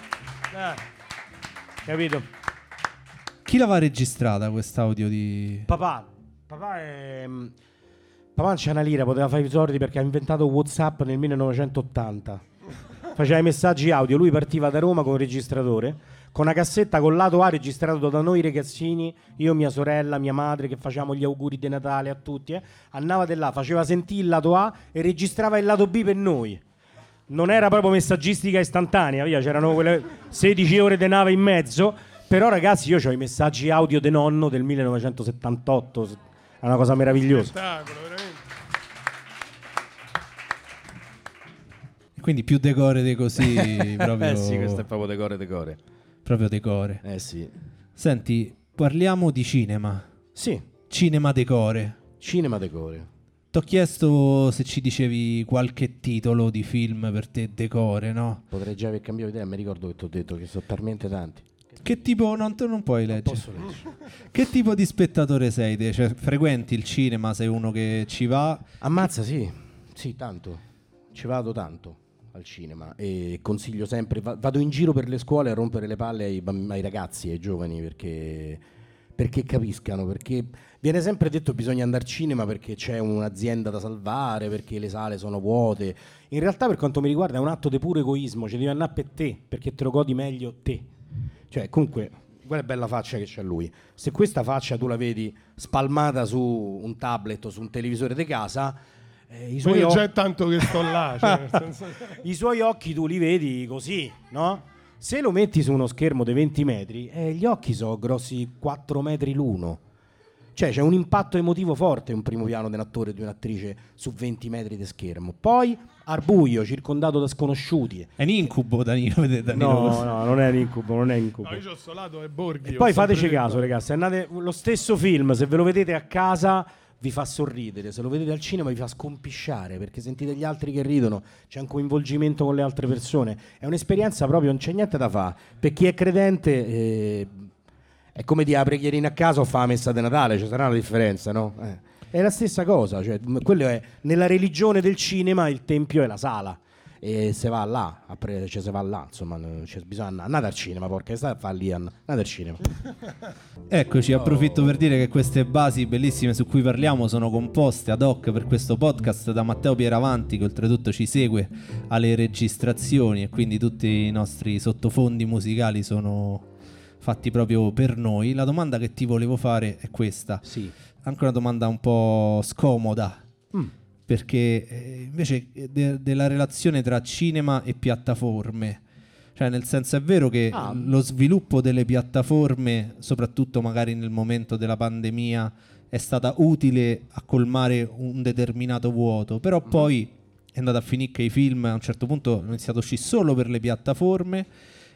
Capito? Chi l'aveva registrata quest'audio di... Papà non c'è una lira, poteva fare i soldi perché ha inventato WhatsApp nel 1980. Faceva i messaggi audio, lui partiva da Roma con un registratore, con una cassetta con lato A registrato da noi ragazzini, io, mia sorella, mia madre, che facevamo gli auguri di Natale a tutti, andava di là, faceva sentire il lato A e registrava il lato B per noi. Non era proprio messaggistica istantanea, via, c'erano quelle 16 ore di nave in mezzo, però ragazzi io ho i messaggi audio de nonno del 1978, è una cosa meravigliosa. Spettacolo, veramente. Quindi più decore di così proprio. Sì, questo è proprio decore. Proprio decore. Sì. Senti, parliamo di cinema. Sì. Cinema decore. T'ho chiesto se ci dicevi qualche titolo di film per te decore, no? Potrei già aver cambiato idea, mi ricordo che ti ho detto che sono talmente tanti. Che tipo, no, tu non puoi leggere. Posso leggere. Che tipo di spettatore sei te? Cioè, frequenti il cinema, sei uno che ci va? Ammazza, sì, tanto. Ci vado tanto al cinema e consiglio sempre, vado in giro per le scuole a rompere le palle ai ragazzi, ai giovani, perché perché capiscano, perché viene sempre detto bisogna andare al cinema perché c'è un'azienda da salvare, perché le sale sono vuote. In realtà, per quanto mi riguarda, è un atto di puro egoismo, devi andare per te, perché te lo godi meglio te. Cioè, comunque, guarda bella faccia che c'ha lui. Se questa faccia tu la vedi spalmata su un tablet o su un televisore di casa, i suoi già è tanto che sto là. Cioè, nel senso... I suoi occhi tu li vedi così, no? Se lo metti su uno schermo di 20 metri, gli occhi sono grossi 4 metri l'uno. Cioè c'è un impatto emotivo forte un primo piano di un attore o di un'attrice su 20 metri di schermo. Poi al buio, circondato da sconosciuti. È un incubo, Danilo. No, non è un incubo, non è un incubo. No, io c'ho sto lato e Borghi. E poi fateci caso, ragazzi, andate, lo stesso film, se ve lo vedete a casa vi fa sorridere, se lo vedete al cinema vi fa scompisciare, perché sentite gli altri che ridono, c'è un coinvolgimento con le altre persone, è un'esperienza proprio, non c'è niente da fare. Per chi è credente è come dire la preghierina a casa o fa la messa di Natale, ci sarà una differenza, no? È la stessa cosa, cioè, quello è, nella religione del cinema il tempio è la sala, e se va là, cioè se va là, insomma, bisogna andare al cinema, porca sta fa lì, andate al cinema. Eccoci, approfitto per dire che queste basi bellissime su cui parliamo sono composte ad hoc per questo podcast da Matteo Pieravanti, che oltretutto ci segue alle registrazioni, e quindi tutti i nostri sottofondi musicali sono fatti proprio per noi. La domanda che ti volevo fare è questa, sì. Anche una domanda un po' scomoda, perché invece della relazione tra cinema e piattaforme, cioè nel senso, è vero che lo sviluppo delle piattaforme, soprattutto magari nel momento della pandemia, è stata utile a colmare un determinato vuoto, però poi è andato a finire che i film a un certo punto hanno iniziato a uscire solo per le piattaforme,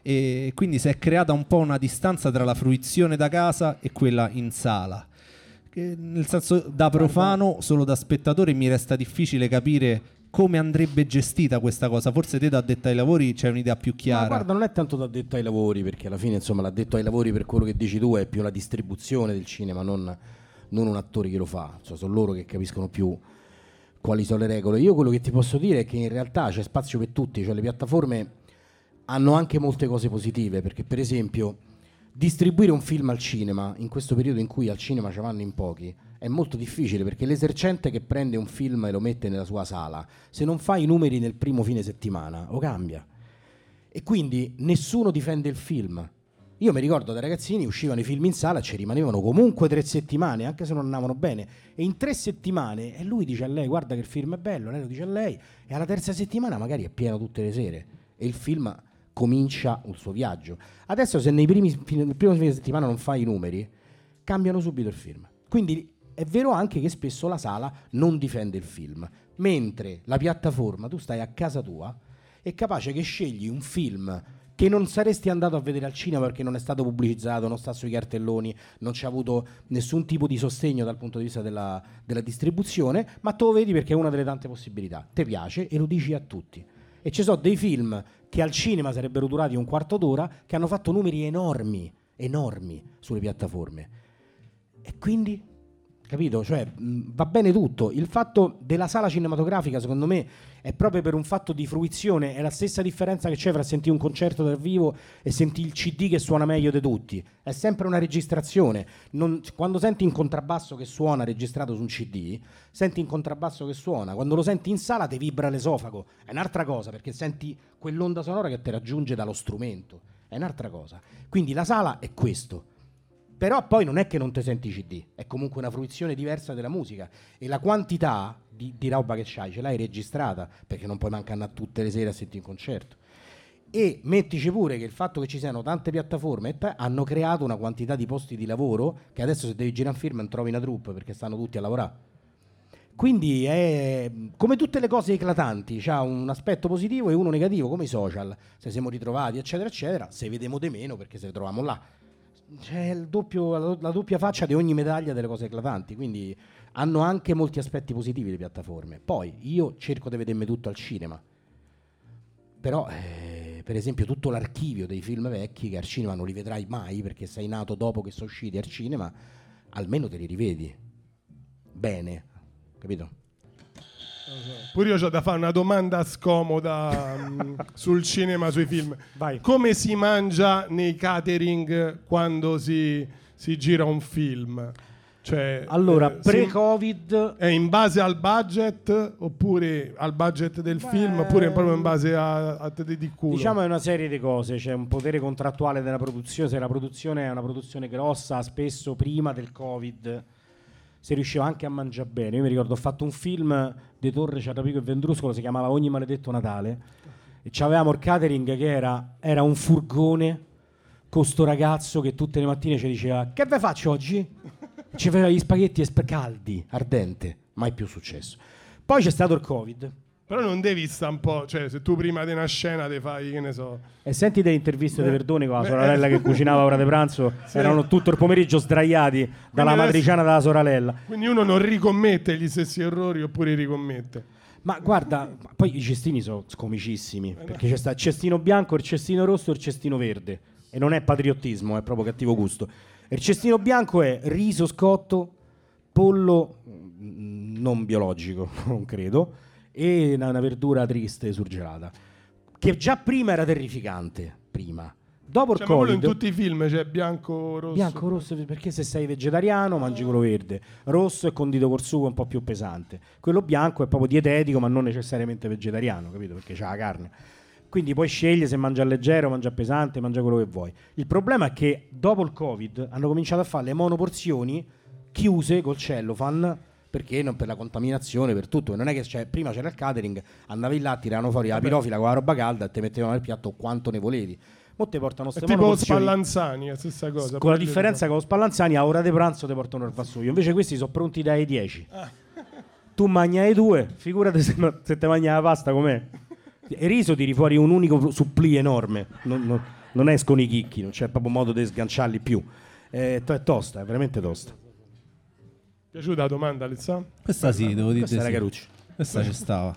e quindi si è creata un po' una distanza tra la fruizione da casa e quella in sala. Nel senso, da profano, solo da spettatore, mi resta difficile capire come andrebbe gestita questa cosa. Forse te, da addetto ai lavori, c'è un'idea più chiara. Ma guarda, non è tanto da addetto ai lavori, perché alla fine, insomma, l'addetto ai lavori, per quello che dici tu, è più la distribuzione del cinema, non un attore che lo fa. Cioè, sono loro che capiscono più quali sono le regole. Io quello che ti posso dire è che in realtà c'è spazio per tutti, cioè le piattaforme hanno anche molte cose positive, perché per esempio distribuire un film al cinema in questo periodo in cui al cinema ci vanno in pochi è molto difficile, perché l'esercente che prende un film e lo mette nella sua sala, se non fa i numeri nel primo fine settimana o cambia, e quindi nessuno difende il film. Io mi ricordo da ragazzini uscivano i film in sala, ci rimanevano comunque 3 settimane, anche se non andavano bene, e in 3 settimane, e lui dice a lei guarda che il film è bello, lei lo dice a lei, e alla terza settimana magari è pieno tutte le sere e il film comincia il suo viaggio. Adesso se nel primo fine settimana non fai i numeri, cambiano subito il film. Quindi è vero anche che spesso la sala non difende il film, mentre la piattaforma, tu stai a casa tua, è capace che scegli un film che non saresti andato a vedere al cinema perché non è stato pubblicizzato, non sta sui cartelloni, non c'è avuto nessun tipo di sostegno dal punto di vista della distribuzione, ma tu lo vedi perché è una delle tante possibilità. Ti piace e lo dici a tutti. E ci sono dei film che al cinema sarebbero durati un quarto d'ora, che hanno fatto numeri enormi sulle piattaforme. E quindi, capito? Cioè, va bene tutto. Il fatto della sala cinematografica, secondo me, è proprio per un fatto di fruizione. È la stessa differenza che c'è fra sentire un concerto dal vivo e sentire il CD che suona meglio di tutti. È sempre una registrazione. Quando senti un contrabbasso che suona registrato su un CD, senti un contrabbasso che suona. Quando lo senti in sala ti vibra l'esofago. È un'altra cosa, perché senti quell'onda sonora che ti raggiunge dallo strumento. È un'altra cosa. Quindi la sala è questo. Però poi non è che non ti senti CD, è comunque una fruizione diversa della musica, e la quantità di roba che c'hai ce l'hai registrata, perché non puoi manca andare tutte le sere a sentire un concerto. E mettici pure che il fatto che ci siano tante piattaforme hanno creato una quantità di posti di lavoro che adesso, se devi girare un film, non trovi una troupe perché stanno tutti a lavorare. Quindi è come tutte le cose eclatanti, c'ha un aspetto positivo e uno negativo, come i social. Se siamo ritrovati eccetera eccetera, se vediamo di meno perché se troviamo là. C'è la doppia faccia di ogni medaglia delle cose eclatanti, quindi hanno anche molti aspetti positivi le piattaforme. Poi io cerco di vedermi tutto al cinema, però per esempio tutto l'archivio dei film vecchi che al cinema non li vedrai mai perché sei nato dopo che sono usciti al cinema, almeno te li rivedi bene, capito? Pure io ho da fare una domanda scomoda sul cinema, sui film. Vai. Come si mangia nei catering quando si gira un film? Cioè, allora, pre-Covid è in base al budget oppure al budget del film oppure proprio in base a te di culo? Diciamo è una serie di cose, c'è un potere contrattuale della produzione, se la produzione è una produzione grossa, spesso prima del Covid si riusciva anche a mangiare bene. Io mi ricordo ho fatto un film di Torre, Ciarrapico e Vendruscolo, si chiamava Ogni maledetto Natale e c'avevamo il catering che era un furgone con sto ragazzo che tutte le mattine ci diceva: che ve faccio oggi? Ci faceva gli spaghetti caldi, ardente, mai più successo. Poi c'è stato il Covid. Però non devi stare un po', cioè se tu prima di una scena te fai, che ne so... E senti delle interviste di Verdone con la sorella che cucinava ora di pranzo, sì. Erano tutto il pomeriggio sdraiati dalla matriciana della sorella. Quindi uno non ricommette gli stessi errori oppure ricommette? Ma guarda, poi i cestini sono comicissimi, perché c'è sta il cestino bianco, il cestino rosso e il cestino verde. E non è patriottismo, è proprio cattivo gusto. Il cestino bianco è riso scotto, pollo non biologico, non credo, e una verdura triste surgelata, che già prima era terrificante, prima. Dopo il Covid, in tutti i film c'è bianco, rosso. Bianco, rosso, perché se sei vegetariano mangi quello verde. Rosso è condito col sugo, un po' più pesante. Quello bianco è proprio dietetico, ma non necessariamente vegetariano, capito? Perché c'ha la carne. Quindi puoi scegliere se mangia leggero, mangia pesante, mangia quello che vuoi. Il problema è che dopo il Covid hanno cominciato a fare le monoporzioni chiuse col cellophane, perché non per la contaminazione, per tutto. Non è che prima c'era il catering, andavi là, tiravano fuori la pirofila con la roba calda e te mettevano nel piatto quanto ne volevi. Mo te portano ste tipo Spallanzani, è la stessa cosa. Con la differenza che con Spallanzani a ora di pranzo ti portano il vassoio. Invece questi sono pronti dai 10. Tu mangi ai 2, figurati se te mangi la pasta com'è. E riso tiri fuori un unico supplì enorme, non escono i chicchi, non c'è proprio modo di sganciarli più. È tosta, è veramente tosta. Piaciuta la domanda, Alessandro? Questa sì, devo dire. Questa era Carucci. Questa ci stava.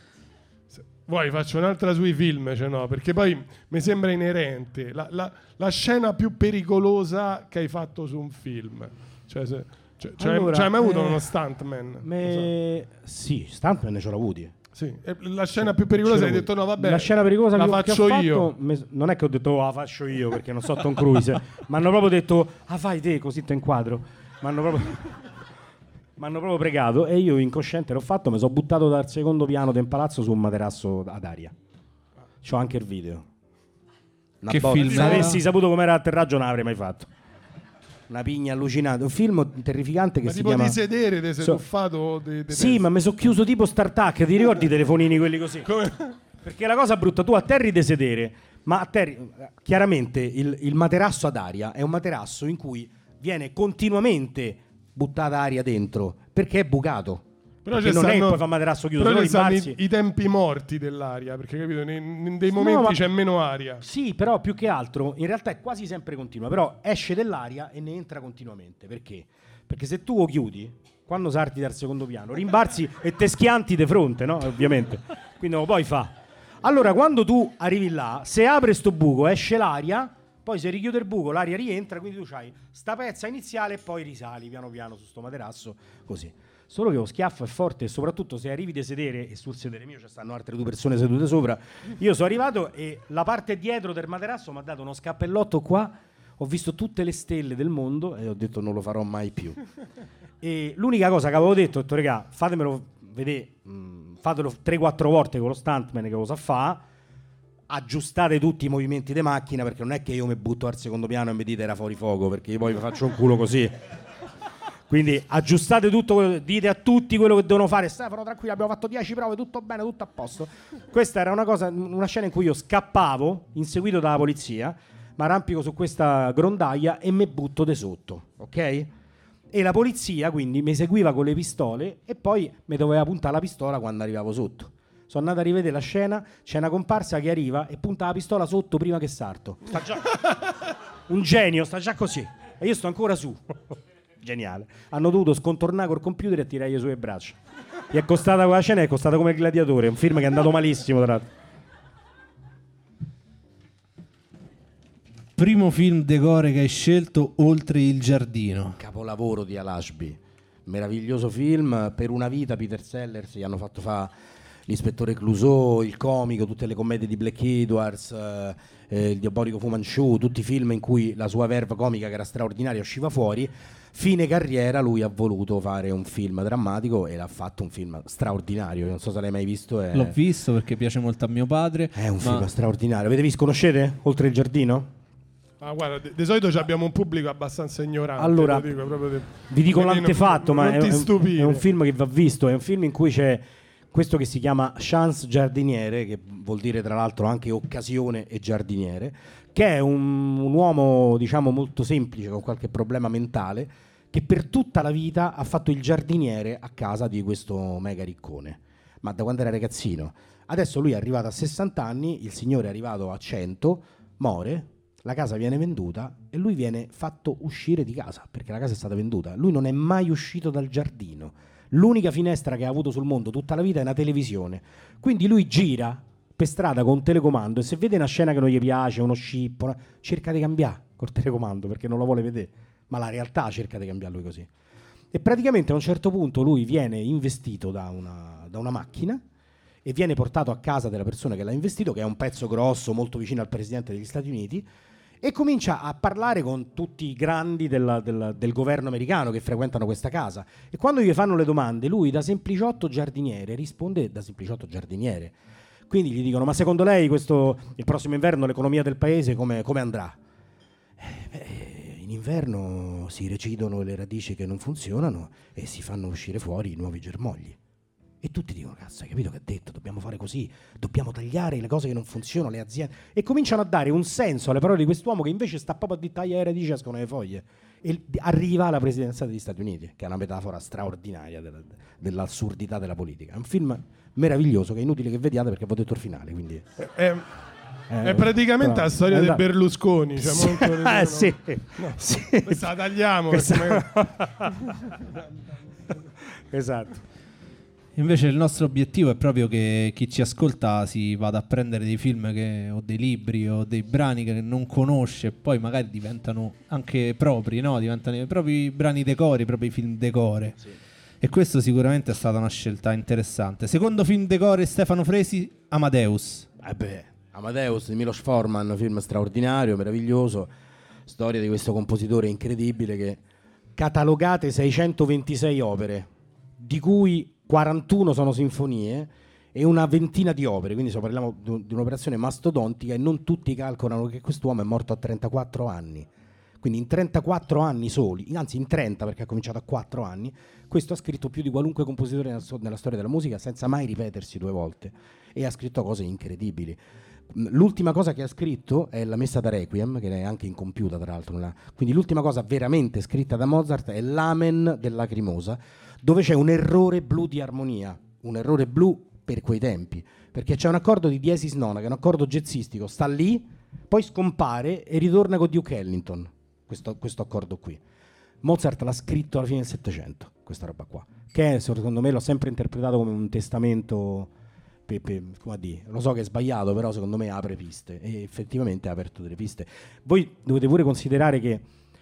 Vuoi faccio un'altra sui film, cioè no, perché poi mi sembra inerente la scena più pericolosa che hai fatto su un film. Allora, hai mai avuto uno stuntman? Sì, stuntman ce l'ho avuti. Sì. La scena più pericolosa hai detto no vabbè, la scena pericolosa la che faccio ho io. Non è che ho detto la faccio io perché non so Tom Cruise, ma hanno proprio detto fai te così te inquadro. Mi hanno proprio pregato e io incosciente l'ho fatto, mi sono buttato dal secondo piano del palazzo su un materasso ad aria. C'ho anche il video. Che film? Se avessi saputo com'era l'atterraggio non l'avrei mai fatto. Una pigna allucinante, un film terrificante che ma si tipo chiama... di sedere, ti sei tuffato? Sì, ma mi sono chiuso tipo Startup, ti ricordi i telefonini quelli così? Come? Perché la cosa brutta, tu atterri di sedere, ma atterri... Chiaramente il materasso ad aria è un materasso in cui viene continuamente buttata aria dentro, perché è bucato. Però non è poi fa materasso chiuso, però però i tempi morti dell'aria, perché capito, in dei momenti c'è meno aria. Sì, però più che altro in realtà è quasi sempre continua, però esce dell'aria e ne entra continuamente. Perché? Perché se tu lo chiudi, quando sarti dal secondo piano, rimbalzi e te schianti di fronte, no? Ovviamente. Quindi non lo puoi fa. Allora, quando tu arrivi là, se apre sto buco, esce l'aria, poi se richiude il buco, l'aria rientra, quindi tu c'hai sta pezza iniziale e poi risali piano piano su sto materasso, così. Solo che lo schiaffo è forte e soprattutto se arrivi di sedere e sul sedere mio ci stanno altre 2 persone sedute sopra, io sono arrivato e la parte dietro del materasso mi ha dato uno scappellotto qua, ho visto tutte le stelle del mondo e ho detto non lo farò mai più. E l'unica cosa che avevo detto, ho detto regà, fatemelo vedere, fatelo 3-4 volte con lo stuntman che lo sa fa, aggiustate tutti i movimenti di macchina, perché non è che io mi butto al secondo piano e mi dite era fuori fuoco, perché io poi vi faccio un culo così. Quindi aggiustate tutto, dite a tutti quello che devono fare. Stefano, tranquillo, abbiamo fatto 10 prove, tutto bene, tutto a posto. Questa era una scena in cui io scappavo, inseguito dalla polizia, mi arrampico su questa grondaia e mi butto di sotto, ok? E la polizia quindi mi seguiva con le pistole e poi mi doveva puntare la pistola quando arrivavo sotto. Sono andato a rivedere la scena, c'è una comparsa che arriva e punta la pistola sotto prima che sarto. Sta già... Un genio, sta già così. E io sto ancora su. Geniale. Hanno dovuto scontornare col computer e tirargli su le braccia. Gli è costata quella scena, è costata come Il Gladiatore, un film che è andato malissimo tra l'altro. Primo film decore che hai scelto oltre Il Giardino? Capolavoro di Al-Ashby. meraviglioso film. Per una vita Peter Sellers gli hanno fatto fare l'ispettore Clouseau, il comico, tutte le commedie di Black Edwards, il diabolico Fu Manchu, tutti i film in cui la sua verve comica, che era straordinaria, usciva fuori. Fine carriera lui ha voluto fare un film drammatico e l'ha fatto un film straordinario. Non so se l'hai mai visto. L'ho visto perché piace molto a mio padre. È un film straordinario. Avete visto, conoscete Oltre il giardino? Guarda, di solito abbiamo un pubblico abbastanza ignorante. Allora, vi dico l'antefatto, ma è un film che va visto. È un film in cui c'è questo che si chiama Chance Giardiniere, che vuol dire tra l'altro anche occasione e giardiniere, che è un uomo, diciamo, molto semplice, con qualche problema mentale, che per tutta la vita ha fatto il giardiniere a casa di questo mega riccone, ma da quando era ragazzino. Adesso lui è arrivato a 60 anni, il signore è arrivato a 100, muore, la casa viene venduta e lui viene fatto uscire di casa perché la casa è stata venduta. Lui non è mai uscito dal giardino. L'unica finestra che ha avuto sul mondo tutta la vita è una televisione. Quindi lui gira per strada con un telecomando e se vede una scena che non gli piace, uno scippo, cerca di cambiare col telecomando perché non lo vuole vedere, ma la realtà cerca di cambiare lui così. E praticamente a un certo punto lui viene investito da una macchina e viene portato a casa della persona che l'ha investito, che è un pezzo grosso, molto vicino al presidente degli Stati Uniti, e comincia a parlare con tutti i grandi del governo americano che frequentano questa casa. E quando gli fanno le domande, lui da sempliciotto giardiniere risponde da sempliciotto giardiniere. Quindi gli dicono: ma secondo lei il prossimo inverno l'economia del paese come andrà? In inverno si recidono le radici che non funzionano e si fanno uscire fuori i nuovi germogli. E tutti dicono: cazzo, hai capito che ha detto? Dobbiamo fare così, dobbiamo tagliare le cose che non funzionano, le aziende. E cominciano a dare un senso alle parole di quest'uomo che invece sta proprio a dittaglia le radici, escono le foglie. E arriva alla presidenza degli Stati Uniti, che è una metafora straordinaria dell'assurdità della politica. È un film meraviglioso che è inutile che vediate perché avevo detto il finale. Quindi è praticamente la storia di Berlusconi. Cioè sì, molto sì, no, sì. Questa la tagliamo. Esatto. Invece il nostro obiettivo è proprio che chi ci ascolta si vada a prendere dei film o dei libri o dei brani che non conosce e poi magari diventano anche propri, no? Diventano i propri brani decore, i propri film decore. Sì. E questo sicuramente è stata una scelta interessante. Secondo film decore Stefano Fresi, Amadeus. Amadeus di Milos Forman, film straordinario, meraviglioso, storia di questo compositore incredibile che catalogate 626 opere, di cui 41 sono sinfonie e una ventina di opere, quindi parliamo di un'operazione mastodontica e non tutti calcolano che quest'uomo è morto a 34 anni. Quindi in 34 anni soli, anzi in 30 perché ha cominciato a 4 anni, questo ha scritto più di qualunque compositore nella storia della musica senza mai ripetersi 2 volte e ha scritto cose incredibili. L'ultima cosa che ha scritto è la Messa da Requiem, che è anche incompiuta tra l'altro. Quindi l'ultima cosa veramente scritta da Mozart è l'Amen del Lacrimosa, dove c'è un errore blu di armonia, un errore blu per quei tempi, perché c'è un accordo di diesis nona, che è un accordo jazzistico, sta lì, poi scompare e ritorna con Duke Ellington, questo accordo qui. Mozart l'ha scritto alla fine del Settecento, questa roba qua, che secondo me l'ho sempre interpretato come un testamento, come a dire, lo so che è sbagliato, però secondo me apre piste, e effettivamente ha aperto delle piste. Voi dovete pure considerare che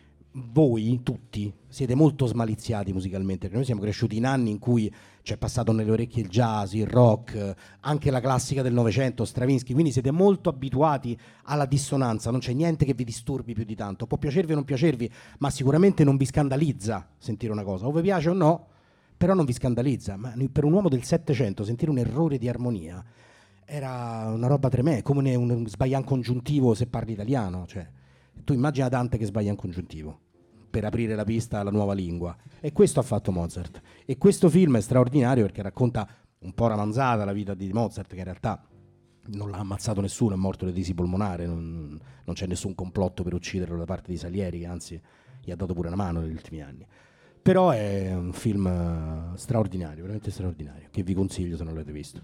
voi tutti siete molto smaliziati musicalmente, perché noi siamo cresciuti in anni in cui c'è passato nelle orecchie il jazz, il rock, anche la classica del Novecento, Stravinsky, quindi siete molto abituati alla dissonanza, non c'è niente che vi disturbi più di tanto, può piacervi o non piacervi, ma sicuramente non vi scandalizza sentire una cosa, o vi piace o no, però non vi scandalizza. Ma per un uomo del Settecento sentire un errore di armonia era una roba tremenda, come un sbaglian congiuntivo se parli italiano, cioè tu immagina Dante che sbaglia in congiuntivo per aprire la pista alla nuova lingua, e questo ha fatto Mozart. E questo film è straordinario perché racconta un po' ramanzata la vita di Mozart, che in realtà non l'ha ammazzato nessuno, è morto di crisi polmonare, non c'è nessun complotto per ucciderlo da parte di Salieri, che anzi gli ha dato pure una mano negli ultimi anni. Però è un film straordinario, veramente straordinario, che vi consiglio se non l'avete visto.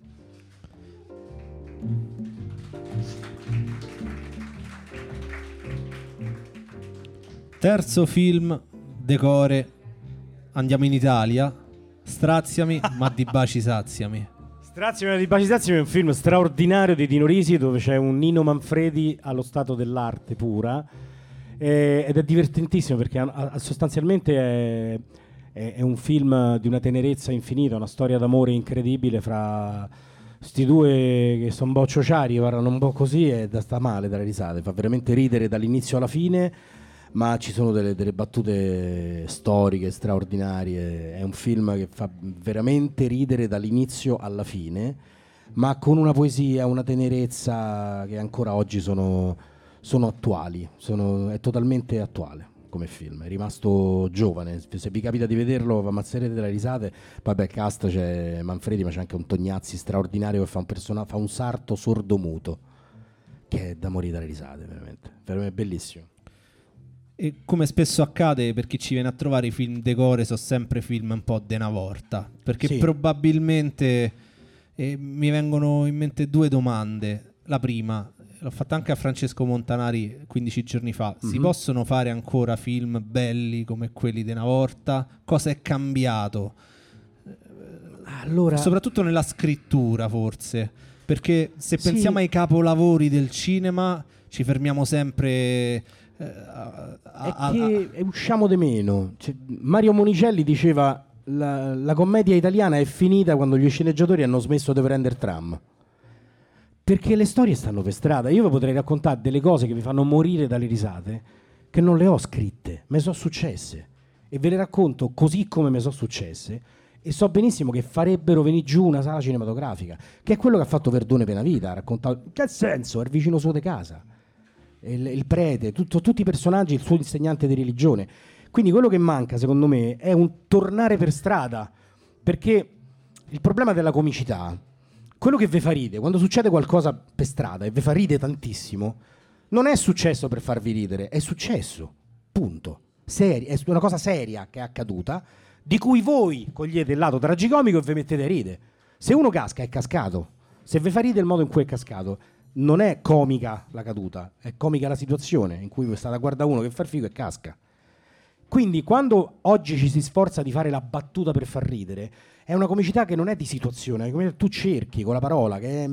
Terzo film decore, andiamo in Italia, Straziami ma di baci saziami. Straziami ma di baci saziami è un film straordinario di Dino Risi, dove c'è un Nino Manfredi allo stato dell'arte pura, ed è divertentissimo perché sostanzialmente è un film di una tenerezza infinita, una storia d'amore incredibile fra sti due che sono un po' ciociari, parlano un po' così e sta male dalle risate, fa veramente ridere dall'inizio alla fine, ma ci sono delle battute storiche straordinarie. È un film che fa veramente ridere dall'inizio alla fine, ma con una poesia, una tenerezza che ancora oggi sono attuali, è totalmente attuale come film, è rimasto giovane. Se vi capita di vederlo, ammazzerete delle risate. Poi beh, cast c'è Manfredi, ma c'è anche un Tognazzi straordinario che fa un sarto sordomuto che è da morire dalle risate, veramente bellissimo. E come spesso accade per chi ci viene a trovare, i film decore sono sempre film un po' de una volta, perché sì. Probabilmente mi vengono in mente due domande. La prima, l'ho fatta anche a Francesco Montanari 15 giorni fa, si possono fare ancora film belli come quelli di una volta? Cosa è cambiato? Allora, soprattutto nella scrittura, forse, perché se pensiamo ai capolavori del cinema ci fermiamo sempre che usciamo di meno. Mario Monicelli diceva la commedia italiana è finita quando gli sceneggiatori hanno smesso di prendere tram, perché le storie stanno per strada. Io vi potrei raccontare delle cose che vi fanno morire dalle risate che non le ho scritte, mi sono successe e ve le racconto così come mi sono successe, e so benissimo che farebbero venire giù una sala cinematografica, che è quello che ha fatto Verdone Penavita, ha raccontato, che senso, è il vicino suo di casa, il prete, tutti i personaggi, il suo insegnante di religione. Quindi quello che manca, secondo me, è un tornare per strada, perché il problema della comicità, quello che vi fa ridere, quando succede qualcosa per strada e vi fa ridere tantissimo, non è successo per farvi ridere, è successo, punto. È una cosa seria che è accaduta, di cui voi cogliete il lato tragicomico e vi mettete a ridere. Se uno casca, è cascato. Se vi fa ridere il modo in cui è cascato, non è comica la caduta, è comica la situazione in cui state a guardare uno che fa il figo e casca. Quindi quando oggi ci si sforza di fare la battuta per far ridere, è una comicità che non è di situazione, è come tu cerchi con la parola, che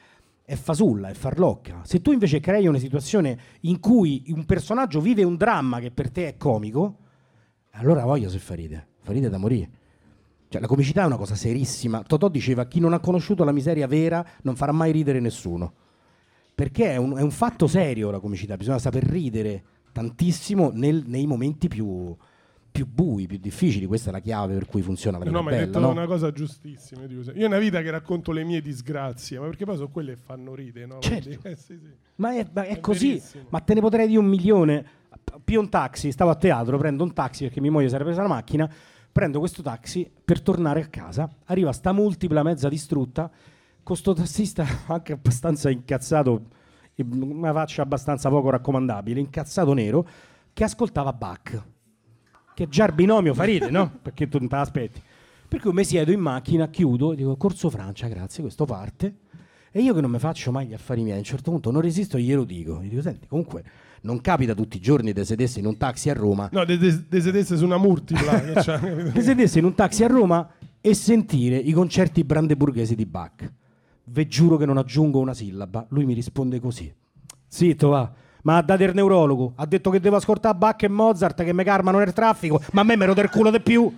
è fasulla, è farlocca. Se tu invece crei una situazione in cui un personaggio vive un dramma che per te è comico, allora voglio se fa ridere da morire. Cioè, la comicità è una cosa serissima. Totò diceva: chi non ha conosciuto la miseria vera non farà mai ridere nessuno, perché è un fatto serio la comicità, bisogna saper ridere tantissimo nei momenti più bui, più difficili. Questa è la chiave per cui funziona la vita. No, ma hai detto una cosa giustissima. Io è una vita che racconto le mie disgrazie, ma perché poi sono quelle che fanno ridere, no? Certo. Sì. Ma è così, verissimo. Ma te ne potrei dire 1 milione. Più un taxi, stavo a teatro, prendo un taxi perché mia moglie si era presa la macchina, prendo questo taxi per tornare a casa, arriva sta multipla mezza distrutta, con sto tassista anche abbastanza incazzato, una faccia abbastanza poco raccomandabile, incazzato nero, che ascoltava Bach, che già il binomio fa ride, no? Perché tu non te l'aspetti. Per cui mi siedo in macchina, chiudo, dico Corso Francia, grazie, questo parte, e io che non mi faccio mai gli affari miei, a un certo punto non resisto e glielo dico. Gli dico: senti, comunque non capita tutti i giorni di sedesse in un taxi a Roma. No, di sedesse su una multipla. Di sedesse in un taxi a Roma e sentire i concerti brandeburghesi di Bach. Ve giuro che non aggiungo una sillaba. Lui mi risponde così: zitto, va. Ma da del neurologo ha detto che devo ascoltare Bach e Mozart che mi calmano nel traffico, ma a me me lo del culo di più.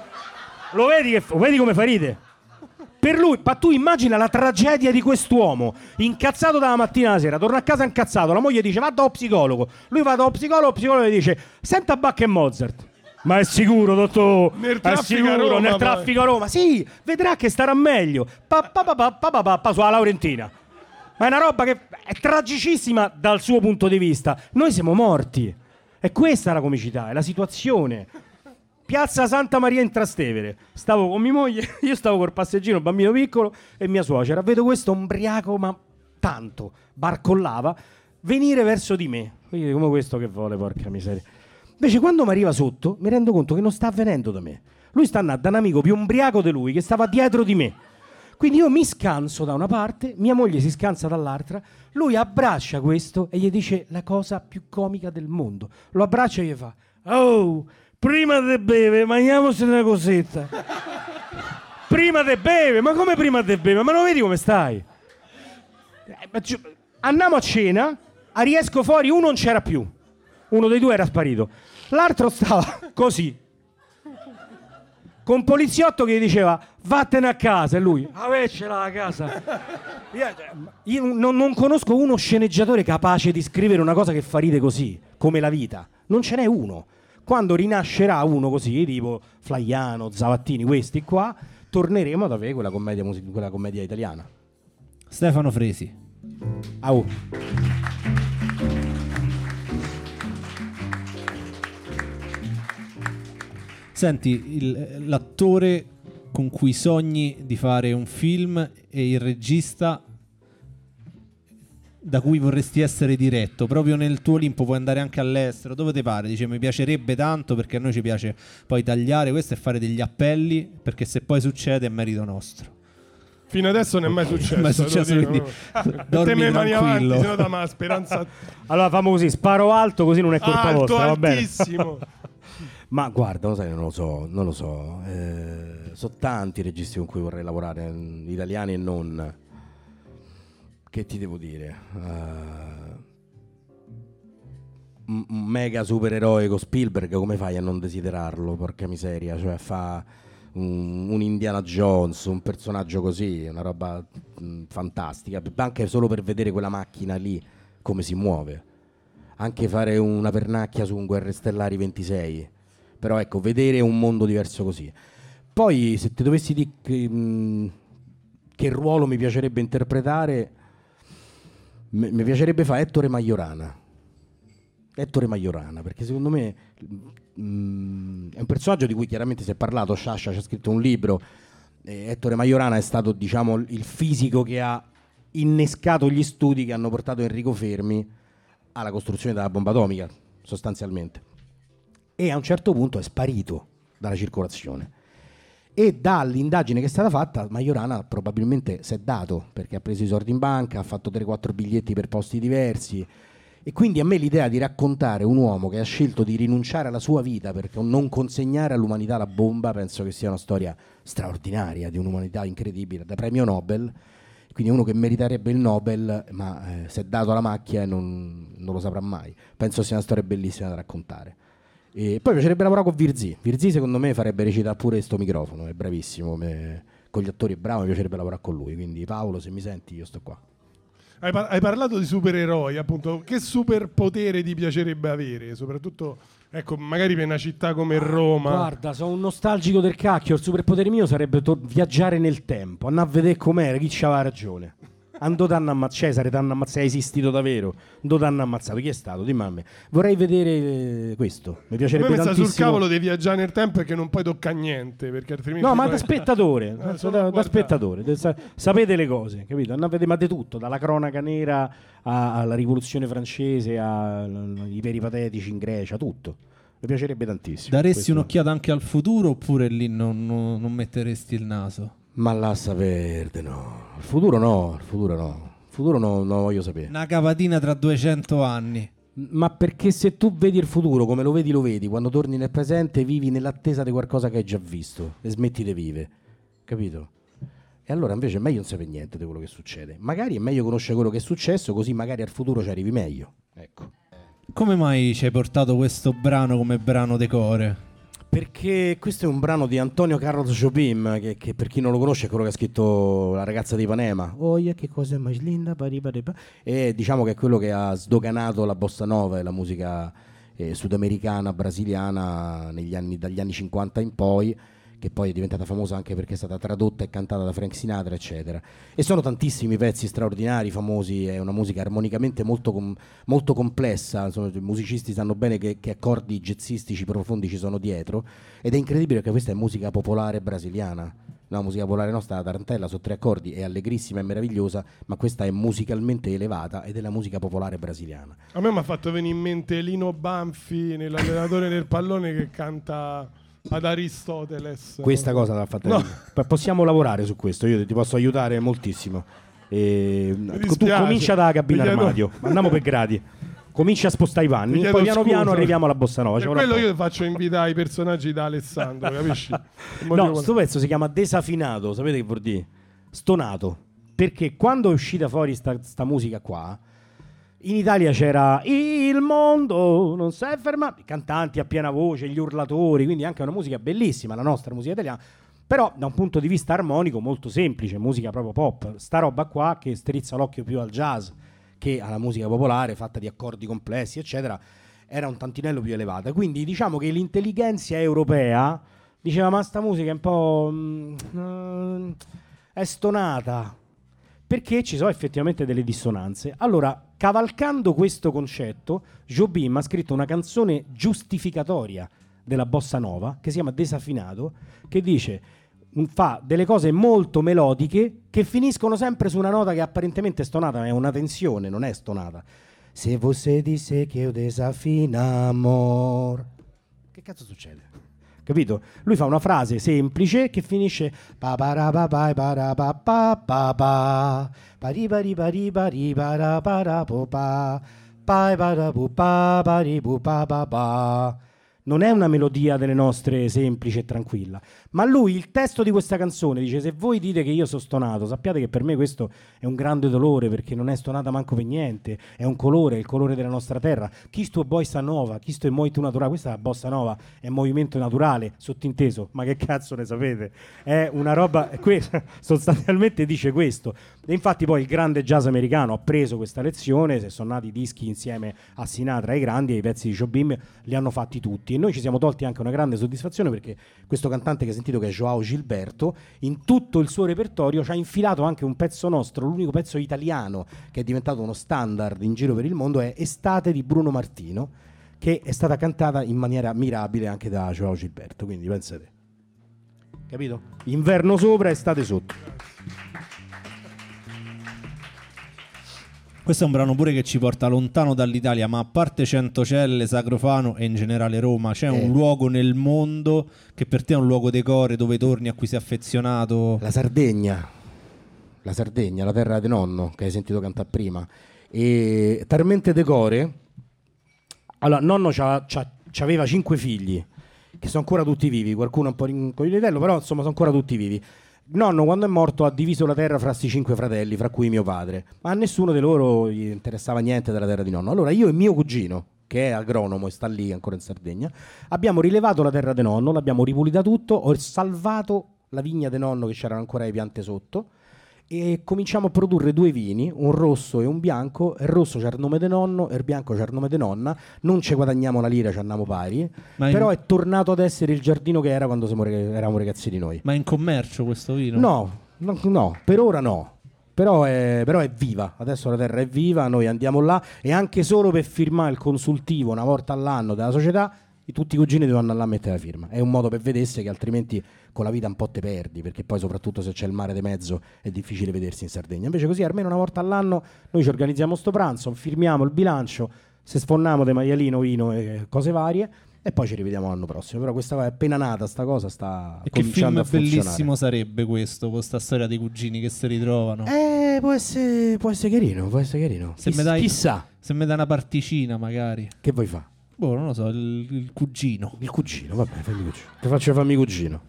Lo vedi come fa ride? Per lui, ma tu immagina la tragedia di quest'uomo, incazzato dalla mattina alla sera, torna a casa incazzato, la moglie dice va dallo psicologo, lui va dallo psicologo, lo psicologo gli dice senta Bach e Mozart. Ma è sicuro, dottore? Nel traffico a Roma? Sì, vedrà che starà meglio. Sulla Laurentina. Ma è una roba che è tragicissima dal suo punto di vista. Noi siamo morti. E questa è la comicità, è la situazione. Piazza Santa Maria in Trastevere. Stavo con mia moglie, io stavo col passeggino, bambino piccolo, e mia suocera. Vedo questo ombriaco, ma tanto, barcollava, venire verso di me. Quindi come questo che vuole, porca miseria. Invece quando mi arriva sotto, mi rendo conto che non sta venendo da me. Lui sta andando da un amico più ombriaco di lui, che stava dietro di me. Quindi io mi scanso da una parte, mia moglie si scansa dall'altra, lui abbraccia questo e gli dice la cosa più comica del mondo. Lo abbraccia e gli fa: oh, prima de beve, mangiamoci una cosetta. Prima de beve? Ma come prima de beve? Ma non vedi come stai? Andiamo a cena, riesco fuori, uno non c'era più. Uno dei due era sparito. L'altro stava così. con poliziotto che gli diceva vattene a casa, e lui avecela la casa. Io non conosco uno sceneggiatore capace di scrivere una cosa che fa ride così, come la vita. Non ce n'è uno. Quando rinascerà uno così, tipo Flaiano, Zavattini, questi qua, torneremo ad avere quella commedia italiana. Stefano Fresi. Au. Senti, l'attore con cui sogni di fare un film e il regista da cui vorresti essere diretto, proprio nel tuo Olimpo, puoi andare anche all'estero, dove ti pare, dice mi piacerebbe tanto, perché a noi ci piace poi tagliare questo e fare degli appelli, perché se poi succede è merito nostro. Fino adesso non è mai successo. Non è mai successo, quindi dormi tranquillo. Avanti, sennò dà la speranza. Allora famo così, sparo alto così non è colpa alto, vostra, va bene? altissimo. Ma guarda, lo sai, non lo so. Sono tanti i registi con cui vorrei lavorare, italiani e non. Che ti devo dire? Un mega supereroe con Spielberg, come fai a non desiderarlo? Porca miseria, cioè fa un Indiana Jones, un personaggio così, una roba fantastica, anche solo per vedere quella macchina lì come si muove. Anche fare una pernacchia su un Guerre Stellari 26. Però ecco, vedere un mondo diverso così. Poi se ti dovessi dire che ruolo mi piacerebbe interpretare, mi piacerebbe fare Ettore Majorana, perché secondo me è un personaggio di cui chiaramente si è parlato. Sciascia ci ha scritto un libro, Ettore Majorana è stato, diciamo, il fisico che ha innescato gli studi che hanno portato Enrico Fermi alla costruzione della bomba atomica, sostanzialmente, e a un certo punto è sparito dalla circolazione. E dall'indagine che è stata fatta, Majorana probabilmente si è dato, perché ha preso i soldi in banca, ha fatto 3-4 biglietti per posti diversi, e quindi a me l'idea di raccontare un uomo che ha scelto di rinunciare alla sua vita per non consegnare all'umanità la bomba, penso che sia una storia straordinaria, di un'umanità incredibile, da premio Nobel, quindi uno che meriterebbe il Nobel, ma si è dato alla macchia e non lo saprà mai. Penso sia una storia bellissima da raccontare. E poi mi piacerebbe lavorare con Virzì. Virzì secondo me farebbe recitare pure sto microfono, è bravissimo, con gli attori è bravo, mi piacerebbe lavorare con lui, quindi Paolo, se mi senti, io sto qua. Hai parlato di supereroi, appunto, che superpotere ti piacerebbe avere? Soprattutto, ecco, magari per una città come Roma. Guarda, sono un nostalgico del cacchio, il superpotere mio sarebbe viaggiare nel tempo, andare a vedere com'era, chi c'aveva ragione. Ando t'hanno ammazzato, Cesare t'hanno ammazzato, è esistito davvero? Dove t'hanno ammazzato? Chi è stato? Dimmi a me. Vorrei vedere questo. Mi piacerebbe tantissimo. Sul cavolo di viaggiare nel tempo e che non puoi toccare niente, perché altrimenti. No, ma da spettatore, da spettatore. Sapete le cose, capito? Andate a vedere, ma di tutto, dalla cronaca nera alla rivoluzione francese, ai peripatetici in Grecia, tutto. Mi piacerebbe tantissimo. Daresti questo. Un'occhiata anche al futuro, oppure lì non metteresti il naso? Ma lascia perdere, no. Il futuro no. Non lo voglio sapere. Una capatina tra 200 anni. Ma perché se tu vedi il futuro come lo vedi, quando torni nel presente vivi nell'attesa di qualcosa che hai già visto e smetti di vivere, capito? E allora invece è meglio non sapere niente di quello che succede. Magari è meglio conoscere quello che è successo, così magari al futuro ci arrivi meglio. Ecco. Come mai ci hai portato questo brano come brano decore? Perché questo è un brano di Antonio Carlos Jobim, che per chi non lo conosce è quello che ha scritto La ragazza di Ipanema. Oh yeah, che cosa è mai linda, e diciamo che è quello che ha sdoganato la bossa nova e la musica sudamericana, brasiliana dagli anni 50 in poi, che poi è diventata famosa anche perché è stata tradotta e cantata da Frank Sinatra, eccetera. E sono tantissimi pezzi straordinari, famosi, è una musica armonicamente molto complessa, insomma, i musicisti sanno bene che accordi jazzistici profondi ci sono dietro, ed è incredibile perché questa è musica popolare brasiliana. La musica popolare nostra, la tarantella, sono 3 accordi, è allegrissima e meravigliosa, ma questa è musicalmente elevata ed è la musica popolare brasiliana. A me mi ha fatto venire in mente Lino Banfi, nell'allenatore del pallone, che canta ad Aristoteles. Questa cosa l'ha fatta. No. Possiamo lavorare su questo, io ti posso aiutare moltissimo. Tu comincia dalla cabina armadio, andiamo per gradi. Comincia a spostare i panni, poi piano piano arriviamo alla bossa nova. Per quello io faccio invitare i personaggi da Alessandro, capisci? No, sto pezzo si chiama Desafinato, sapete che vuol dire? Stonato. Perché quando è uscita fuori sta musica qua, In Italia c'era Il mondo non si è fermato, i cantanti a piena voce, gli urlatori, quindi anche una musica bellissima, la nostra musica italiana, però da un punto di vista armonico molto semplice, musica proprio pop. Sta roba qua che strizza l'occhio più al jazz che alla musica popolare, fatta di accordi complessi, eccetera, era un tantinello più elevata. Quindi diciamo che l'intelligenza europea diceva ma sta musica è un po' è stonata, perché ci sono effettivamente delle dissonanze. Allora, cavalcando questo concetto, Jobim ha scritto una canzone giustificatoria della bossa nova che si chiama Desafinato, che dice fa delle cose molto melodiche che finiscono sempre su una nota che apparentemente è stonata, ma è una tensione, non è stonata. Se você disse che io desafina amor, che cazzo succede? Capito? Lui fa una frase semplice che finisce pa para pa pa para pa pa pa pa pari pari pari pari para para po pa pa para pu pa pari pu pa pa pa. Non è una melodia delle nostre semplice e tranquilla, ma lui, il testo di questa canzone dice: se voi dite che io sono stonato, sappiate che per me questo è un grande dolore, perché non è stonata manco per niente, è un colore, è il colore della nostra terra. Questo è bossa nova, questo è molto naturale, questa è la bossa nova, è movimento naturale, sottinteso, ma che cazzo ne sapete? È una roba, sostanzialmente dice questo. E infatti poi il grande jazz americano ha preso questa lezione, se sono nati dischi insieme a Sinatra e ai grandi, e i pezzi di Jobim li hanno fatti tutti. E noi ci siamo tolti anche una grande soddisfazione, perché questo cantante che hai sentito, che è Joao Gilberto, in tutto il suo repertorio ci ha infilato anche un pezzo nostro, l'unico pezzo italiano che è diventato uno standard in giro per il mondo, è Estate di Bruno Martino, che è stata cantata in maniera mirabile anche da Joao Gilberto, quindi pensate, capito? Inverno sopra, estate sotto. Questo è un brano pure che ci porta lontano dall'Italia, ma a parte Centocelle, Sacrofano e in generale Roma, c'è un luogo nel mondo che per te è un luogo decore, dove torni, a cui sei affezionato? La Sardegna, la terra di nonno, che hai sentito cantare prima. E talmente decore. Allora, nonno c'aveva 5 figli, che sono ancora tutti vivi, qualcuno un po' rincoglionitello, però insomma sono ancora tutti vivi. Nonno, quando è morto, ha diviso la terra fra sti 5 fratelli, fra cui mio padre, ma a nessuno di loro gli interessava niente della terra di nonno. Allora io e mio cugino, che è agronomo e sta lì ancora in Sardegna, abbiamo rilevato la terra di nonno, l'abbiamo ripulita tutto, ho salvato la vigna di nonno che c'erano ancora le piante sotto, e cominciamo a produrre 2 vini, un rosso e un bianco. Il rosso c'ha il nome di nonno e il bianco c'ha il nome di nonna. Non ci guadagniamo una lira, ci andiamo pari, però è tornato ad essere il giardino che era quando eravamo ragazzini noi. Ma è in commercio questo vino? No, per ora no. Però è viva, adesso la terra è viva, noi andiamo là, e anche solo per firmare il consultivo una volta all'anno della società, tutti i cugini devono andare là a mettere la firma. È un modo per vedersi, che altrimenti con la vita un po' te perdi, perché poi soprattutto se c'è il mare di mezzo è difficile vedersi in Sardegna. Invece così almeno una volta all'anno noi ci organizziamo sto pranzo, firmiamo il bilancio, se sfonniamo de maialino, vino e cose varie, e poi ci rivediamo l'anno prossimo. Però questa è appena nata, sta cosa sta cominciando a funzionare. Che film bellissimo sarebbe questo, con sta storia dei cugini che si ritrovano. Può essere carino, chissà. Se mi dai una particina magari. Che vuoi fa? Boh, non lo so, il cugino. Il cugino, vabbè, fammi cugino. Ti faccio fammi cugino.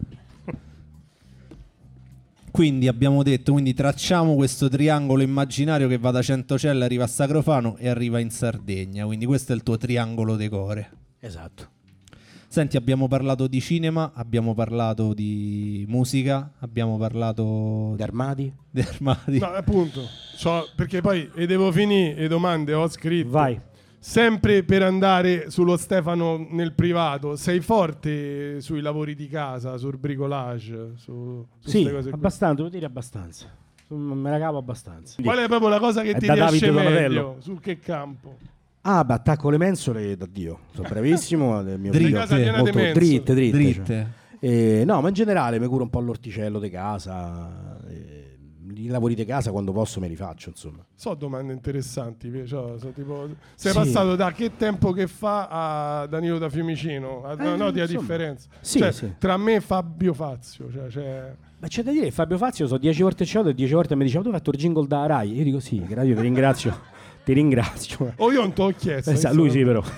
Quindi abbiamo detto, tracciamo questo triangolo immaginario che va da Centocelle, arriva a Sacrofano e arriva in Sardegna. Quindi questo è il tuo triangolo decore. Esatto. Senti, abbiamo parlato di cinema, abbiamo parlato di musica, abbiamo parlato di armadi. No, appunto, perché poi devo finire le domande, ho scritto. Vai. Sempre per andare sullo Stefano nel privato, sei forte sui lavori di casa, sul bricolage, su sì, cose abbastanza, devo dire abbastanza. Me la cavo abbastanza. Qual è proprio la cosa che ti riesce meglio? Su che campo? Attacco le mensole da Dio. Sono bravissimo. Mio dritte, molto dritte. Cioè. No, ma in generale mi curo un po' l'orticello di casa. I lavori di casa quando posso me li faccio, insomma. So domande interessanti, tipo, sei passato da che tempo che fa a Danilo da Fiumicino? Noti la differenza? Sì. Tra me e Fabio Fazio. Ma c'è da dire che Fabio Fazio so 10 volte ceduto e 10 volte mi diceva: tu hai fatto il jingle da Rai? Io dico sì, io ti ringrazio. Ti ringrazio. Io non te l'ho chiesto. Lui sì, però.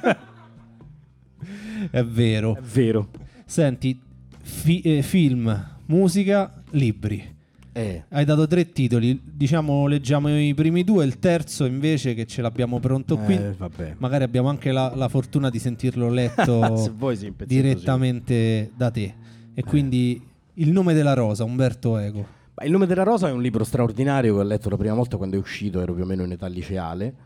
È vero. Senti, film, musica, libri. Hai dato 3 titoli, diciamo leggiamo i primi 2, il terzo invece che ce l'abbiamo pronto qui, magari abbiamo anche la fortuna di sentirlo letto se vuoi, sì, direttamente da te. E quindi Il nome della rosa, Umberto Eco. Il nome della rosa è un libro straordinario che ho letto la prima volta quando è uscito, ero più o meno in età liceale,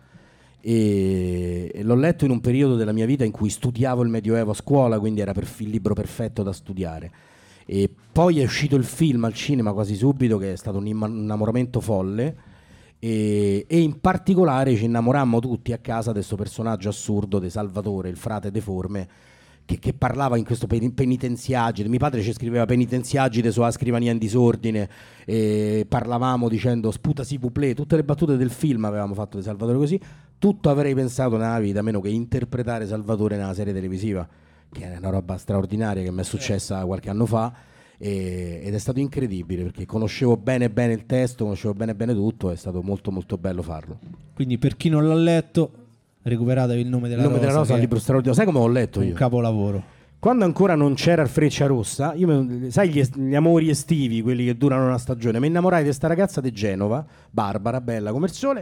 e l'ho letto in un periodo della mia vita in cui studiavo il Medioevo a scuola, quindi era il libro perfetto da studiare. E poi è uscito il film al cinema quasi subito, che è stato un innamoramento folle, e in particolare ci innamorammo tutti a casa di questo personaggio assurdo di Salvatore, il frate deforme, che parlava in questo penitenziagite. Mio padre ci scriveva penitenziagite sulla scrivania in disordine, e parlavamo dicendo sputa si puplé, tutte le battute del film avevamo fatto di Salvatore così. Tutto avrei pensato nella vita, meno che interpretare Salvatore nella serie televisiva, che è una roba straordinaria che mi è successa qualche anno fa, ed è stato incredibile perché conoscevo bene il testo, conoscevo bene tutto, è stato molto molto bello farlo. Quindi per chi non l'ha letto, recuperatevi Il nome della rosa. Della rosa è un libro straordinario. Sai come ho letto io? Un capolavoro. Quando ancora non c'era il Frecciarossa, sai gli amori estivi, quelli che durano una stagione, mi innamorai di questa ragazza di Genova, Barbara, bella come il sole,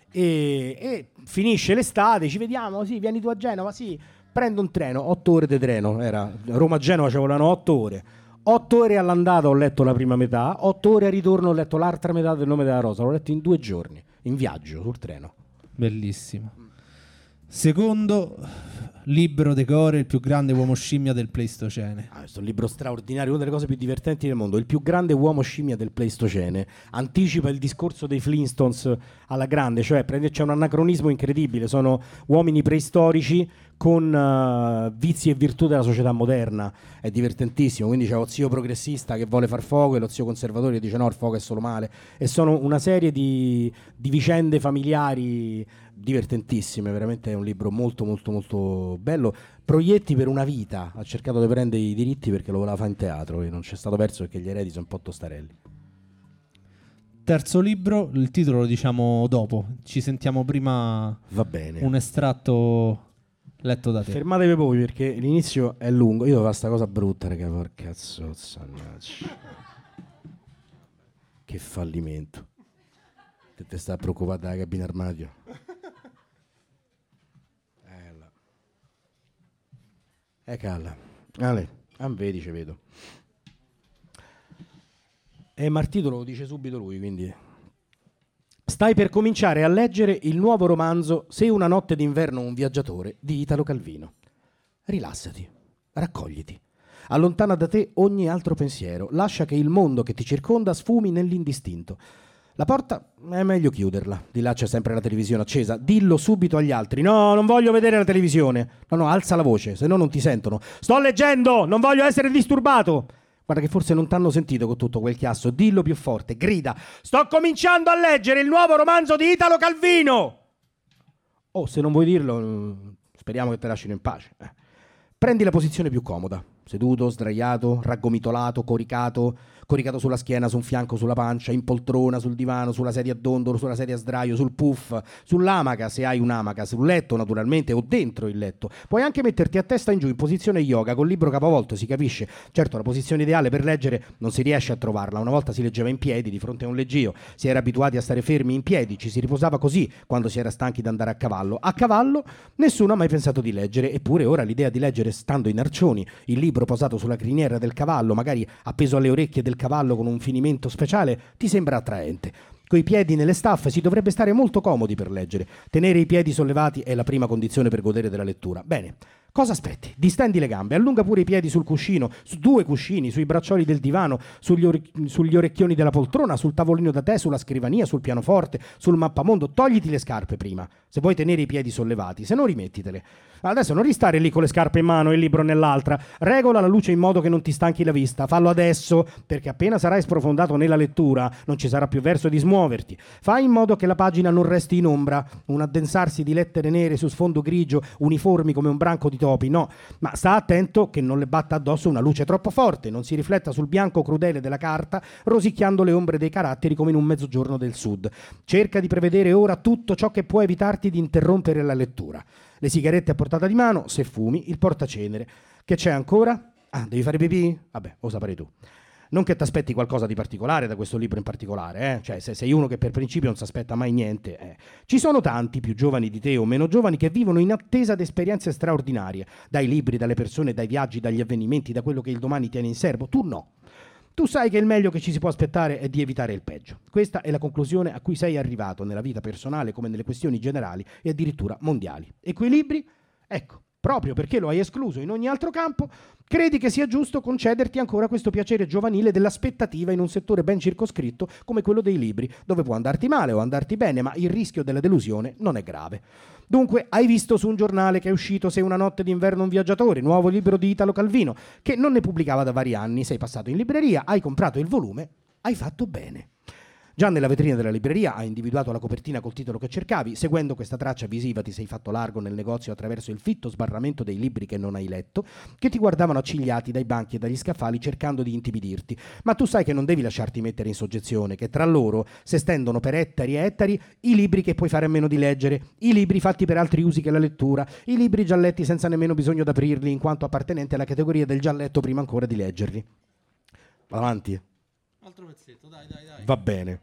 e finisce l'estate, ci vediamo, sì, vieni tu a Genova, sì, prendo un treno, 8 ore di treno, era Roma-Genova, ci volevano 8 ore. 8 ore all'andata ho letto la prima metà, 8 ore al ritorno ho letto l'altra metà del Nome della rosa, l'ho letto in 2 giorni, in viaggio, sul treno. Bellissimo. Secondo libro decore, Il più grande uomo scimmia del Pleistocene. Questo è un libro straordinario, una delle cose più divertenti del mondo. Il più grande uomo scimmia del Pleistocene anticipa il discorso dei Flintstones alla grande, cioè c'è un anacronismo incredibile, sono uomini preistorici con vizi e virtù della società moderna. È divertentissimo, quindi c'è lo zio progressista che vuole far fuoco e lo zio conservatore che dice no, il fuoco è solo male, e sono una serie di vicende familiari divertentissime. Veramente è un libro molto molto molto bello. Proietti per una vita, ha cercato di prendere i diritti perché lo voleva fare in teatro e non c'è stato verso perché gli eredi sono un po' tostarelli. Terzo libro, il titolo lo diciamo dopo, ci sentiamo prima. Va bene. Un estratto letto da te. Fermatevi voi perché l'inizio è lungo. Io devo fare sta cosa brutta, raga, porca zozza. Che fallimento. Te stai preoccupata della cabina armadio? Calla. Ale, vedi, ci vedo. Ma il titolo lo dice subito lui, quindi. Stai per cominciare a leggere il nuovo romanzo Se una notte d'inverno un viaggiatore di Italo Calvino. Rilassati, raccogliti. Allontana da te ogni altro pensiero. Lascia che il mondo che ti circonda sfumi nell'indistinto. La porta è meglio chiuderla. Di là c'è sempre la televisione accesa. Dillo subito agli altri. No, non voglio vedere la televisione. No, alza la voce, se no non ti sentono. Sto leggendo, non voglio essere disturbato. Guarda che forse non t'hanno sentito con tutto quel chiasso. Dillo più forte, grida. Sto cominciando a leggere il nuovo romanzo di Italo Calvino. Oh, se non vuoi dirlo, speriamo che te lasciano in pace. Prendi la posizione più comoda. Seduto, sdraiato, raggomitolato, coricato sulla schiena, su un fianco, sulla pancia, in poltrona, sul divano, sulla sedia a dondolo, sulla sedia a sdraio, sul puff, sull'amaca, se hai un'amaca, sul letto naturalmente, o dentro il letto. Puoi anche metterti a testa in giù in posizione yoga, col libro capovolto, si capisce. Certo, la posizione ideale per leggere non si riesce a trovarla. Una volta si leggeva in piedi, di fronte a un leggio. Si era abituati a stare fermi in piedi, ci si riposava così quando si era stanchi di andare a cavallo. A cavallo nessuno ha mai pensato di leggere, eppure ora l'idea di leggere stando in arcioni, il libro posato sulla criniera del cavallo, magari appeso alle orecchie del cavallo con un finimento speciale, ti sembra attraente. Coi piedi nelle staffe si dovrebbe stare molto comodi per leggere. Tenere i piedi sollevati è la prima condizione per godere della lettura. Bene, cosa aspetti? Distendi le gambe, allunga pure i piedi sul cuscino, su 2 cuscini, sui braccioli del divano, sugli orecchioni della poltrona, sul tavolino da tè, sulla scrivania, sul pianoforte, sul mappamondo. Togliti le scarpe prima, se vuoi tenere i piedi sollevati, se no rimettitele. Adesso non ristare lì con le scarpe in mano e il libro nell'altra. Regola la luce in modo che non ti stanchi la vista. Fallo adesso, perché appena sarai sprofondato nella lettura non ci sarà più verso di smuoverti. Fai in modo che la pagina non resti in ombra, un addensarsi di lettere nere su sfondo grigio, uniformi come un branco di topi. No, ma sta attento che non le batta addosso una luce troppo forte, non si rifletta sul bianco crudele della carta, rosicchiando le ombre dei caratteri come in un mezzogiorno del sud. Cerca di prevedere ora tutto ciò che può evitarti di interrompere la lettura. Le sigarette a portata di mano, se fumi, il portacenere. Che c'è ancora? Devi fare pipì? Vabbè, lo saprai tu. Non che ti aspetti qualcosa di particolare da questo libro in particolare, cioè se sei uno che per principio non si aspetta mai niente. Ci sono tanti, più giovani di te o meno giovani, che vivono in attesa di esperienze straordinarie, dai libri, dalle persone, dai viaggi, dagli avvenimenti, da quello che il domani tiene in serbo. Tu no. Tu sai che il meglio che ci si può aspettare è di evitare il peggio. Questa è la conclusione a cui sei arrivato nella vita personale come nelle questioni generali e addirittura mondiali. Equilibri? Ecco, proprio perché lo hai escluso in ogni altro campo, credi che sia giusto concederti ancora questo piacere giovanile dell'aspettativa in un settore ben circoscritto come quello dei libri, dove può andarti male o andarti bene, ma il rischio della delusione non è grave. Dunque, hai visto su un giornale che è uscito Se una notte d'inverno un viaggiatore, nuovo libro di Italo Calvino, che non ne pubblicava da vari anni, sei passato in libreria, hai comprato il volume, hai fatto bene. Già nella vetrina della libreria hai individuato la copertina col titolo che cercavi, seguendo questa traccia visiva ti sei fatto largo nel negozio attraverso il fitto sbarramento dei libri che non hai letto, che ti guardavano accigliati dai banchi e dagli scaffali cercando di intimidirti. Ma tu sai che non devi lasciarti mettere in soggezione, che tra loro si estendono per ettari e ettari i libri che puoi fare a meno di leggere, i libri fatti per altri usi che la lettura, i libri già letti senza nemmeno bisogno di aprirli in quanto appartenenti alla categoria del già letto prima ancora di leggerli. Vado avanti? Altro pezzetto, dai. Va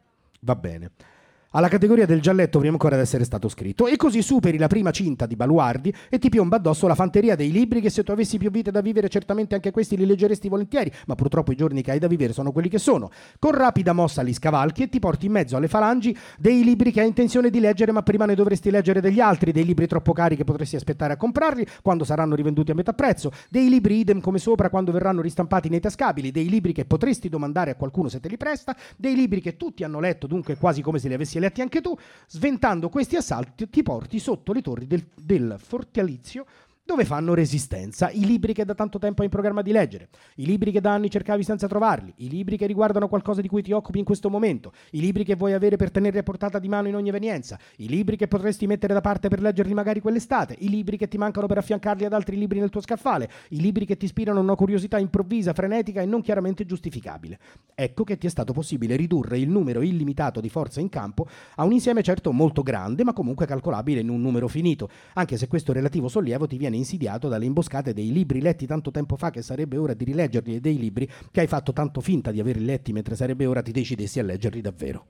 bene. Alla categoria del gialletto prima ancora di essere stato scritto, e così superi la prima cinta di baluardi e ti piomba addosso la fanteria dei libri che se tu avessi più vite da vivere certamente anche questi li leggeresti volentieri, ma purtroppo i giorni che hai da vivere sono quelli che sono. Con rapida mossa li scavalchi e ti porti in mezzo alle falangi dei libri che hai intenzione di leggere, ma prima ne dovresti leggere degli altri, dei libri troppo cari che potresti aspettare a comprarli quando saranno rivenduti a metà prezzo, dei libri idem come sopra quando verranno ristampati nei tascabili, dei libri che potresti domandare a qualcuno se te li presta, dei libri che tutti hanno letto, dunque quasi come se li avessi letti anche tu. Sventando questi assalti ti porti sotto le torri del fortalizio dove fanno resistenza i libri che da tanto tempo hai in programma di leggere, i libri che da anni cercavi senza trovarli, i libri che riguardano qualcosa di cui ti occupi in questo momento, i libri che vuoi avere per tenerli a portata di mano in ogni evenienza, i libri che potresti mettere da parte per leggerli magari quell'estate, i libri che ti mancano per affiancarli ad altri libri nel tuo scaffale, i libri che ti ispirano una curiosità improvvisa, frenetica e non chiaramente giustificabile. Ecco che ti è stato possibile ridurre il numero illimitato di forze in campo a un insieme certo molto grande, ma comunque calcolabile in un numero finito, anche se questo relativo sollievo ti viene insidiato dalle imboscate dei libri letti tanto tempo fa che sarebbe ora di rileggerli e dei libri che hai fatto tanto finta di averli letti mentre sarebbe ora ti decidessi a leggerli davvero.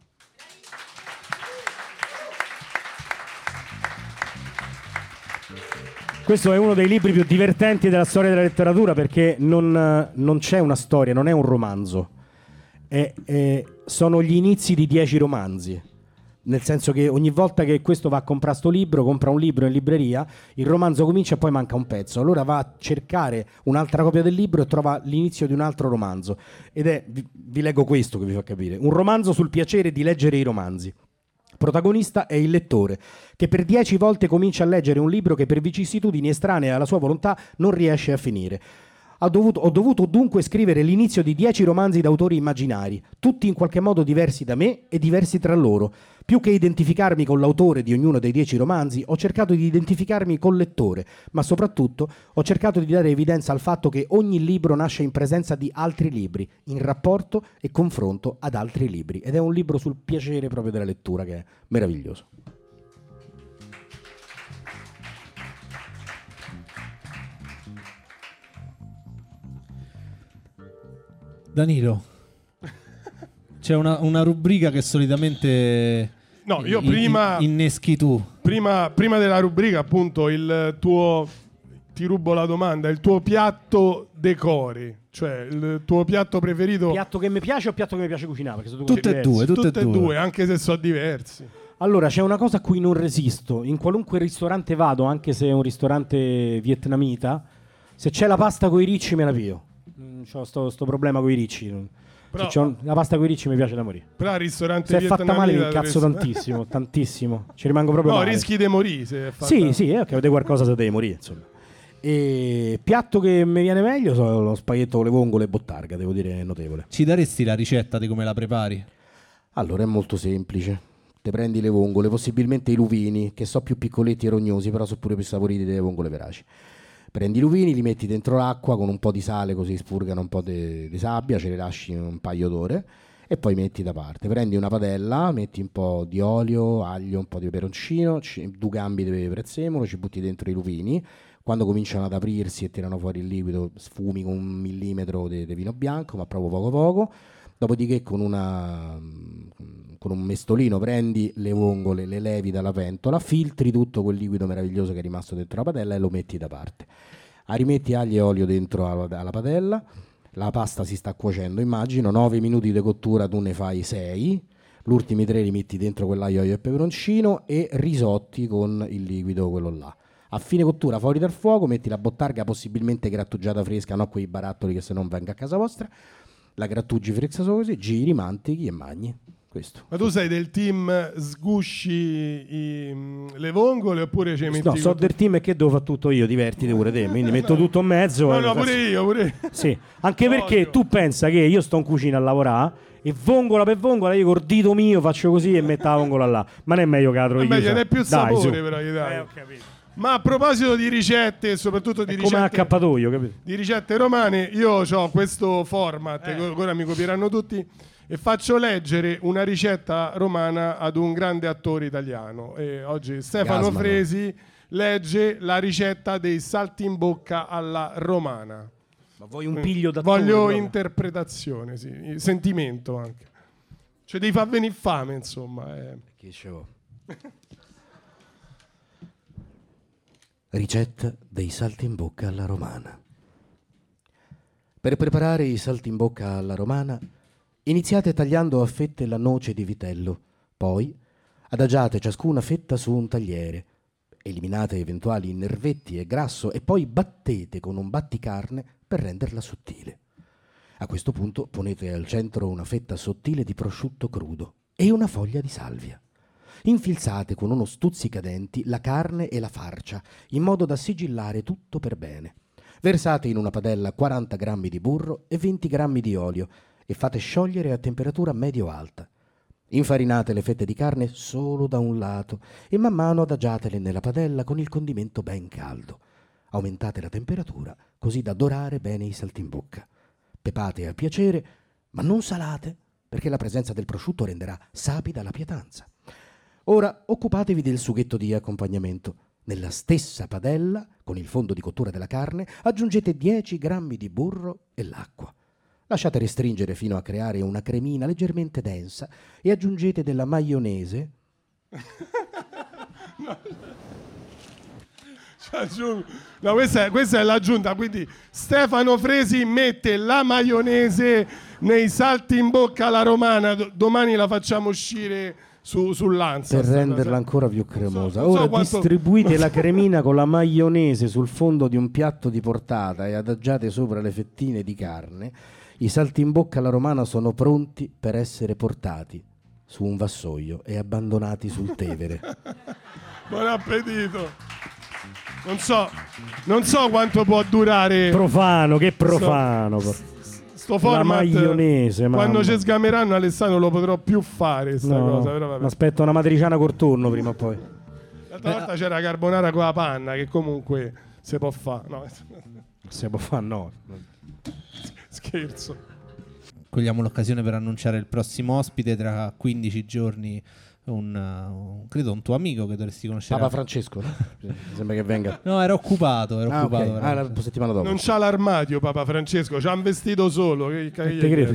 Questo è uno dei libri più divertenti della storia della letteratura perché non c'è una storia, non è un romanzo, sono gli inizi di 10 romanzi. Nel senso che ogni volta che questo va a comprare sto libro, compra un libro in libreria, il romanzo comincia e poi manca un pezzo. Allora va a cercare un'altra copia del libro e trova l'inizio di un altro romanzo. Ed è, vi leggo questo che vi fa capire, un romanzo sul piacere di leggere i romanzi. Protagonista è il lettore, che per 10 volte comincia a leggere un libro che per vicissitudini estranee alla sua volontà non riesce a finire. Ho dovuto dunque scrivere l'inizio di 10 romanzi d'autori immaginari, tutti in qualche modo diversi da me e diversi tra loro. Più che identificarmi con l'autore di ognuno dei 10 romanzi, ho cercato di identificarmi col lettore, ma soprattutto ho cercato di dare evidenza al fatto che ogni libro nasce in presenza di altri libri, in rapporto e confronto ad altri libri. Ed è un libro sul piacere proprio della lettura che è meraviglioso. Danilo, c'è una rubrica che solitamente inneschi tu. Prima della rubrica, appunto, il tuo, ti rubo la domanda, il tuo piatto decori, cioè il tuo piatto preferito. Piatto che mi piace o piatto che mi piace cucinare? Perché sono tutte e due, anche se sono diversi. Allora, c'è una cosa a cui non resisto. In qualunque ristorante vado, anche se è un ristorante vietnamita, se c'è la pasta coi ricci me la pio. C'ho sto problema con i ricci. La pasta con i ricci mi piace da morire. Però al ristorante se è fatta male mi incazzo tantissimo, tantissimo. Ci rimango proprio male. No, rischi di morire se è fatta... Sì, è che avete qualcosa se devi morire, insomma. E piatto che mi viene meglio sono lo spaghetto con le vongole e bottarga, devo dire, è notevole. Ci daresti la ricetta di come la prepari? Allora, è molto semplice. Te prendi le vongole, possibilmente i luvini, che so più piccoletti e rognosi, però sono pure più saporiti delle vongole veraci. Prendi i luvini, li metti dentro l'acqua con un po' di sale, così spurgano un po' di sabbia, ce li lasci un paio d'ore e poi metti da parte. Prendi una padella, metti un po' di olio, aglio, un po' di peperoncino, 2 gambi di prezzemolo, ci butti dentro i luvini, Quando cominciano ad aprirsi e tirano fuori il liquido, sfumi con 1 millimetro di vino bianco, ma proprio poco poco. Dopodiché con un mestolino prendi le vongole, le levi dalla pentola, filtri tutto quel liquido meraviglioso che è rimasto dentro la padella e lo metti da parte. Rimetti aglio e olio dentro alla padella, la pasta si sta cuocendo, immagino, 9 minuti di cottura, tu ne fai 6, gli ultimi 3 li metti dentro quell'aglio, olio e peperoncino e risotti con il liquido, quello là. A fine cottura, fuori dal fuoco, metti la bottarga possibilmente grattugiata fresca, non quei barattoli che se non venga a casa vostra. La grattugi fresca così, giri, mantichi e magni. Questo. Ma tu sei del team sgusci le vongole oppure ci metti... No, so del team che devo fare tutto io, divertiti pure te, quindi metto tutto in mezzo. No, pure io. Sì, anche perché tu pensa che io sto in cucina a lavorare e vongola per vongola io col dito mio faccio così e metto la vongola là. Ma non è meglio che la trovi io. Meglio, è più sapore, dai, però gli dai. Ho capito. Ma a proposito di ricette, soprattutto di come accappatoio, capito? Di ricette romane, io ho questo format, ora mi copieranno tutti, e faccio leggere una ricetta romana ad un grande attore italiano. E oggi Stefano Fresi legge la ricetta dei saltimbocca alla romana. Ma vuoi un piglio d'attore? Voglio proprio? Interpretazione, sì, sentimento anche. Cioè devi far venire fame, insomma. Che dicevo? Ricetta dei saltimbocca alla romana. Per preparare i saltimbocca alla romana, iniziate tagliando a fette la noce di vitello, poi adagiate ciascuna fetta su un tagliere, eliminate eventuali nervetti e grasso e poi battete con un batticarne per renderla sottile. A questo punto ponete al centro una fetta sottile di prosciutto crudo e una foglia di salvia. Infilzate con uno stuzzicadenti la carne e la farcia, in modo da sigillare tutto per bene. Versate in una padella 40 grammi di burro e 20 grammi di olio e fate sciogliere a temperatura medio-alta. Infarinate le fette di carne solo da un lato e man mano adagiatele nella padella con il condimento ben caldo. Aumentate la temperatura così da dorare bene i saltimbocca. Pepate a piacere, ma non salate, perché la presenza del prosciutto renderà sapida la pietanza. Ora occupatevi del sughetto di accompagnamento. Nella stessa padella, con il fondo di cottura della carne, aggiungete 10 grammi di burro e l'acqua. Lasciate restringere fino a creare una cremina leggermente densa e aggiungete della maionese. No, questa è l'aggiunta, quindi Stefano Fresi mette la maionese nei saltimbocca alla romana. Domani la facciamo uscire sull'Ansa per renderla ancora più cremosa. Ora distribuite la cremina con la maionese sul fondo di un piatto di portata e adagiate sopra le fettine di carne. I saltimbocca alla romana sono pronti per essere portati su un vassoio e abbandonati sul Tevere. Buon appetito. Non so quanto può durare. Profano, che profano. Sto format, la maionese, quando ci sgameranno, Alessandro, lo potrò più fare sta cosa. Però vabbè. Aspetto una matriciana col turno prima o poi. L'altra volta c'era carbonara con la panna, che comunque si può fare. No. Si può fare, no. Scherzo. Cogliamo l'occasione per annunciare il prossimo ospite tra 15 giorni. Credo un tuo amico che dovresti conoscere. Papa Francesco, no? Sembra che venga. No, era occupato. Okay. La settimana dopo. Non c'ha l'armadio Papa Francesco, c'ha un vestito solo. Che credo.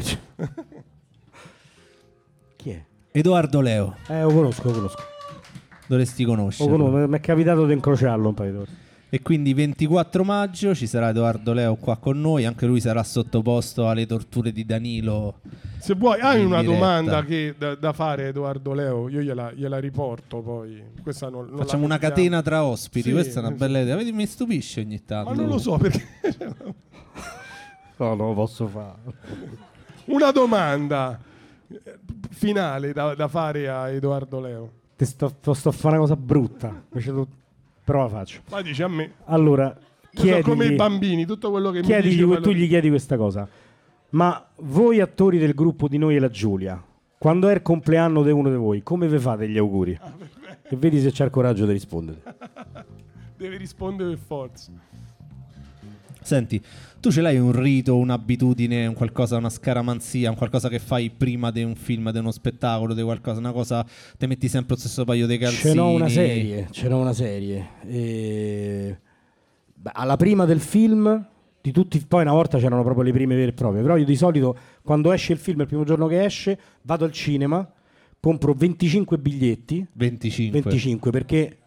Chi è? Edoardo Leo. Lo conosco. Dovresti conoscerlo. Mi è capitato di incrociarlo un paio di volte. E quindi 24 maggio ci sarà Edoardo Leo qua con noi, anche lui sarà sottoposto alle torture di Danilo. Se vuoi, hai una domanda da fare Edoardo Leo, io gliela riporto poi. Questa non facciamo una catena tra ospiti, sì, questa è una bella idea. Vedi, mi stupisce ogni tanto. Ma non lo so perché. No, non lo posso fare. Una domanda finale da fare a Edoardo Leo. Sto a fare una cosa brutta. Però la faccio. Ma dici a me. Allora, sono come i bambini, tutto quello che mi dici. Tu gli chiedi questa cosa. Ma voi attori del gruppo di Noi e la Giulia, quando è il compleanno di uno di voi, come vi fate gli auguri? E vedi se c'è il coraggio di rispondere. Devi rispondere per forza. Senti, tu ce l'hai un rito, un'abitudine, un qualcosa, una scaramanzia, un qualcosa che fai prima di un film, di uno spettacolo, di qualcosa, una cosa, te metti sempre lo stesso paio di calzini? Ce n'ho una serie. alla prima del film, di tutti, poi una volta c'erano proprio le prime vere e proprie, però io di solito quando esce il film, il primo giorno che esce, vado al cinema, compro 25 biglietti. 25 perché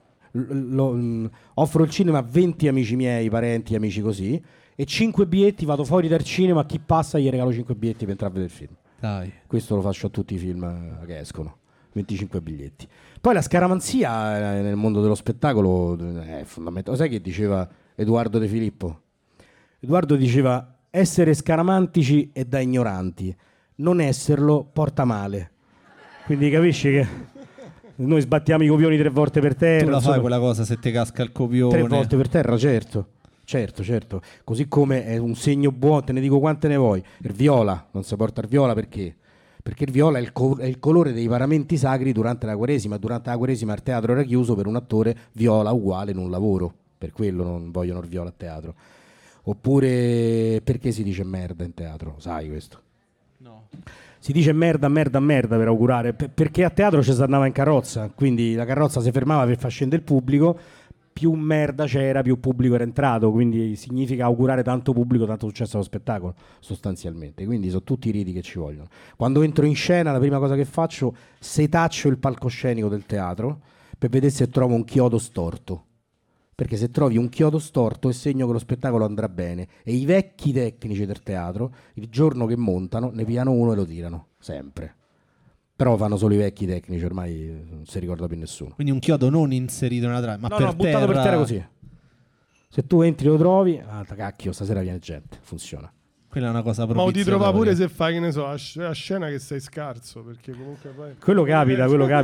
offro il cinema a 20 amici miei, parenti, amici così, e 5 biglietti vado fuori dal cinema, a chi passa gli regalo 5 biglietti per entrare a vedere il film. Dai. Questo lo faccio a tutti i film che escono, 25 biglietti. Poi la scaramanzia nel mondo dello spettacolo è fondamentale. Sai che diceva Edoardo De Filippo? Edoardo diceva: essere scaramantici è da ignoranti, non esserlo porta male. Quindi capisci che noi sbattiamo i copioni 3 volte per terra. Tu la fai quella cosa se ti casca il copione? 3 volte per terra, certo. Così come è un segno buono, te ne dico quante ne vuoi. Il viola, non si porta il viola perché? Perché il viola è il colore dei paramenti sacri durante la Quaresima. Durante la Quaresima il teatro era chiuso, per un attore viola uguale non lavoro. Per quello non vogliono il viola a teatro. Oppure perché si dice merda in teatro? Sai questo? No. Si dice merda per augurare, perché a teatro ci si andava in carrozza, quindi la carrozza si fermava per far scendere il pubblico, più merda c'era, più pubblico era entrato, quindi significa augurare tanto pubblico, tanto successo allo spettacolo, sostanzialmente. Quindi sono tutti i riti che ci vogliono. Quando entro in scena la prima cosa che faccio, setaccio il palcoscenico del teatro per vedere se trovo un chiodo storto. Perché se trovi un chiodo storto è segno che lo spettacolo andrà bene, e i vecchi tecnici del teatro il giorno che montano ne pigliano uno e lo tirano, sempre. Però fanno solo i vecchi tecnici, ormai non si ricorda più nessuno. Quindi un chiodo non inserito nella trama, ma no, buttato per terra così. Se tu entri lo trovi, cacchio, stasera viene gente, funziona. Quella è una cosa propizia. Ma ti trova pure se fai, che ne so, a scena che sei scarso, perché comunque poi... Quello capita,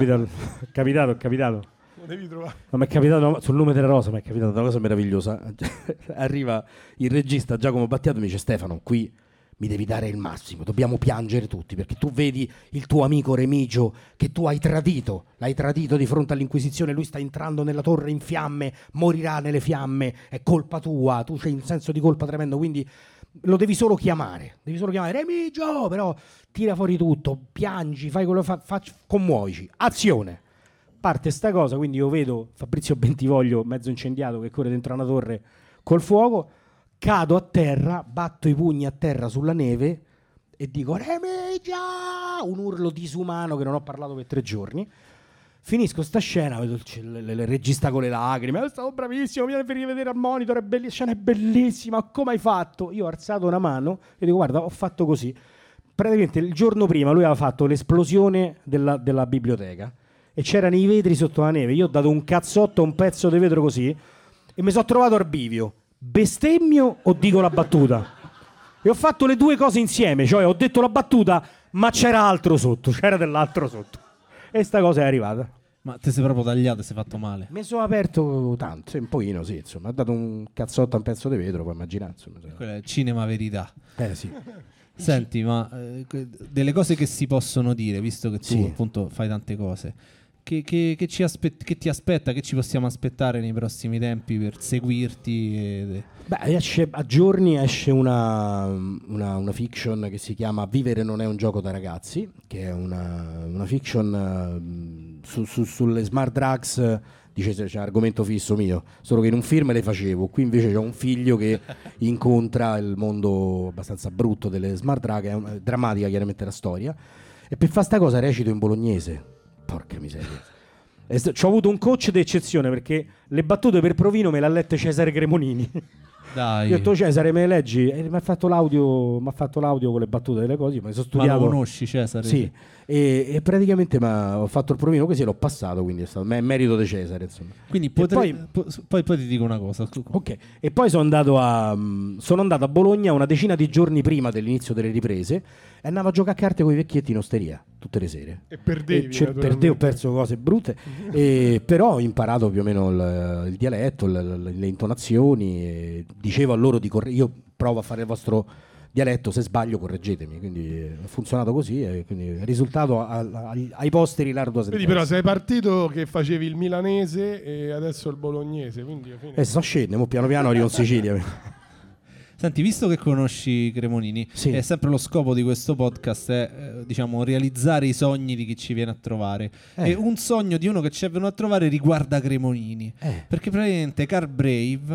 è capitato. Devi trovare. Ma mi è capitato sul Lume della Rosa, mi è capitata una cosa meravigliosa. Arriva il regista Giacomo Battiato e mi dice: Stefano, qui mi devi dare il massimo, dobbiamo piangere tutti, perché tu vedi il tuo amico Remigio che tu l'hai tradito di fronte all'Inquisizione, lui sta entrando nella torre in fiamme, morirà nelle fiamme, è colpa tua, tu c'hai un senso di colpa tremendo, quindi lo devi solo chiamare Remigio, però tira fuori tutto, piangi, fai quello che commuovici, azione. Parte sta cosa, quindi io vedo Fabrizio Bentivoglio mezzo incendiato che corre dentro una torre col fuoco, cado a terra, batto i pugni a terra sulla neve e dico Remigio, un urlo disumano che non ho parlato per 3 giorni. Finisco sta scena, vedo il regista con le lacrime, è stato bravissimo, vieni per rivedere al monitor, la scena è bellissima, come hai fatto? Io ho alzato una mano e dico guarda, ho fatto così. Praticamente il giorno prima lui aveva fatto l'esplosione della biblioteca e c'erano i vetri sotto la neve, io ho dato un cazzotto a un pezzo di vetro così e mi sono trovato al bivio, bestemmio o dico la battuta? E ho fatto le 2 cose insieme, cioè ho detto la battuta ma c'era altro sotto, c'era dell'altro sotto e sta cosa è arrivata. Ma te sei proprio tagliato e sei fatto male? Mi sono aperto tanto, un pochino sì, insomma, ho dato un cazzotto a un pezzo di vetro, puoi immaginare, insomma. Quello è cinema verità. Sì. Senti, ma delle cose che si possono dire, visto che tu appunto fai tante cose, che ti aspetta, che ci possiamo aspettare nei prossimi tempi per seguirti? Beh, a giorni esce una fiction che si chiama Vivere non è un gioco da ragazzi, che è una fiction sulle smart drugs. Dice c'è argomento fisso mio, solo che in un film le facevo, qui invece c'è un figlio che incontra il mondo abbastanza brutto delle smart drug, è drammatica chiaramente la storia, e per fare sta cosa recito in bolognese. Porca miseria. C'ho avuto un coach d'eccezione perché le battute per provino me l'ha lette Cesare Cremonini. Dai. Io ho detto Cesare, me le leggi? E mi ha fatto l'audio con le battute delle cose, ma sono studiato. Ma lo conosci Cesare? Sì. E praticamente ho fatto il provino così e l'ho passato, quindi è stato merito di Cesare, insomma. Quindi poi ti dico una cosa. Ok. E poi sono andato a Bologna una decina di giorni prima dell'inizio delle riprese e andavo a giocare a carte con i vecchietti in osteria tutte le sere. E perdevi? Perdevo, ho perso cose brutte, però ho imparato più o meno il dialetto, le intonazioni, e dicevo a loro io provo a fare il vostro dialetto, se sbaglio correggetemi, quindi ha funzionato così e quindi è risultato ai posteri l'ardua sentenza. Quindi però sei partito che facevi il milanese e adesso il bolognese, quindi alla fine... sto scendendo, piano piano arrivo in Sicilia. Senti, visto che conosci Cremonini, è sempre lo scopo di questo podcast è diciamo realizzare i sogni di chi ci viene a trovare, e un sogno di uno che ci è venuto a trovare riguarda Cremonini, perché praticamente Car Brave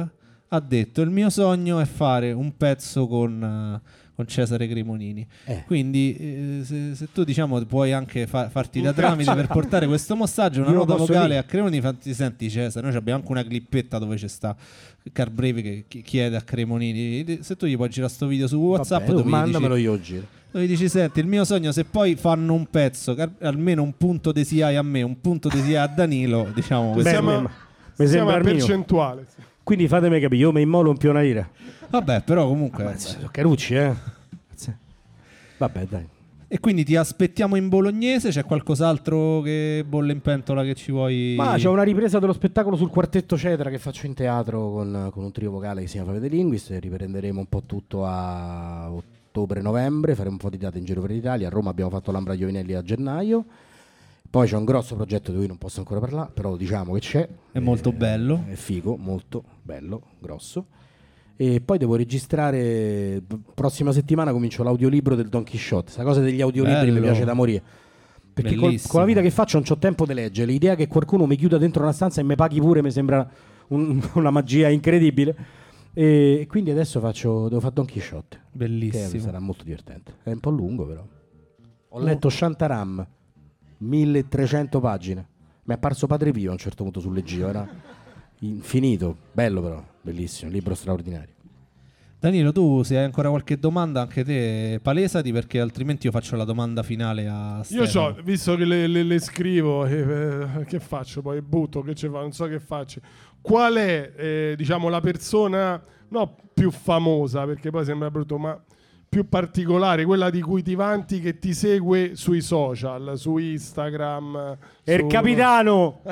ha detto: il mio sogno è fare un pezzo con Cesare Cremonini. Quindi se tu diciamo puoi anche farti da tramite per portare questo messaggio, una nota vocale a Cremonini, senti Cesare, noi abbiamo anche una clippetta dove c'è sta Carbreve che chiede a Cremonini, se tu gli puoi girare sto video su WhatsApp, mandamelo, io giro. Dove dici: senti, il mio sogno, se poi fanno un pezzo, almeno un punto di SIAI a me, un punto di SIAI a Danilo, diciamo mi sembra una percentuale. Quindi fatemi capire, io mi immolo un più una lira. Vabbè, però comunque Carucci, vabbè, dai. E quindi ti aspettiamo in bolognese? C'è qualcos'altro che bolle in pentola che ci vuoi? Ma c'è una ripresa dello spettacolo sul quartetto Cetra che faccio in teatro con un trio vocale che si chiama Fave de Linguis. Riprenderemo un po' tutto a ottobre-novembre, faremo un po' di date in giro per l'Italia. A Roma abbiamo fatto l'Ambra Giovinelli a gennaio. Poi c'è un grosso progetto di cui non posso ancora parlare, però diciamo che c'è. È molto bello. È figo, molto bello, grosso. E poi devo registrare, prossima settimana comincio l'audiolibro del Don Chisciotte. Questa cosa degli audiolibri mi piace da morire, perché con la vita che faccio non c'ho tempo di leggere. L'idea che qualcuno mi chiuda dentro una stanza e mi paghi pure mi sembra una magia incredibile, e quindi adesso devo fare Don Chisciotte, bellissimo, che sarà molto divertente. È un po' lungo, però ho letto Shantaram, 1300 pagine, mi è apparso Padre Pio a un certo punto sul leggio, era infinito, bello però, bellissimo, libro straordinario. Danilo, tu se hai ancora qualche domanda, anche te palesati, perché altrimenti io faccio la domanda finale a Stefano. Io visto che le scrivo, che faccio poi? Butto, che ci fa? Non so che faccio. Qual è diciamo la persona più famosa, perché poi sembra brutto, ma più particolare, quella di cui ti vanti, che ti segue sui social, su Instagram? Capitano!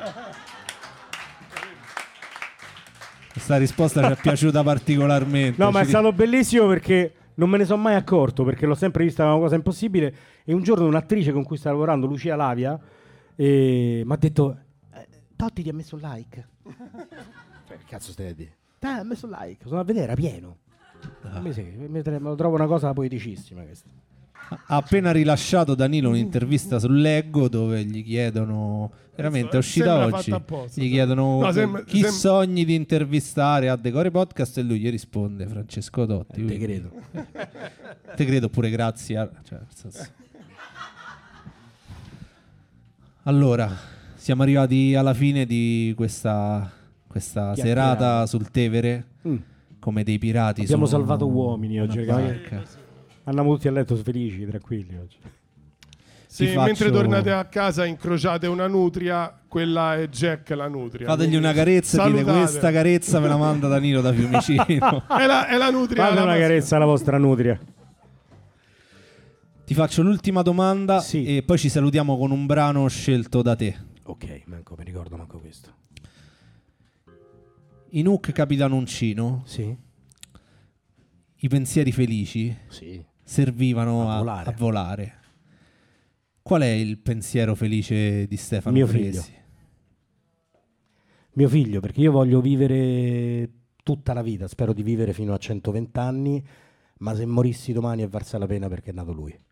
Questa risposta ci è piaciuta particolarmente. No, ma è stato bellissimo perché non me ne sono mai accorto, perché l'ho sempre vista una cosa impossibile. E un giorno un'attrice con cui stavo lavorando, Lucia Lavia, mi ha detto: Totti ti ha messo un like. Che cazzo stai a dire? Ha messo un like, sono a vedere, era pieno. Me lo trovo una cosa poeticissima questa. Ha appena rilasciato Danilo un'intervista sull'Eggo dove gli chiedono, veramente è uscita oggi, gli chiedono chi sogni di intervistare a Decore Podcast, e lui gli risponde Francesco Totti. Te credo. Te credo pure, grazie. Nel senso. Allora, siamo arrivati alla fine di questa serata sul Tevere, come dei pirati. Abbiamo salvato uomini oggi, andiamo tutti a letto felici, tranquilli oggi. Sì, mentre tornate a casa incrociate una nutria, quella è Jack la nutria. Fategli una carezza e dite: questa carezza me la manda Danilo da Fiumicino. è la nutria. Fate una carezza alla vostra nutria. Ti faccio l'ultima domanda, e poi ci salutiamo con un brano scelto da te. Ok, manco mi ricordo manco questo. In Hook Capitano Uncino, i pensieri felici servivano a volare. Qual è il pensiero felice di Stefano Fresi? Mio figlio, perché io voglio vivere tutta la vita, spero di vivere fino a 120 anni, ma se morissi domani è valsa la pena perché è nato lui.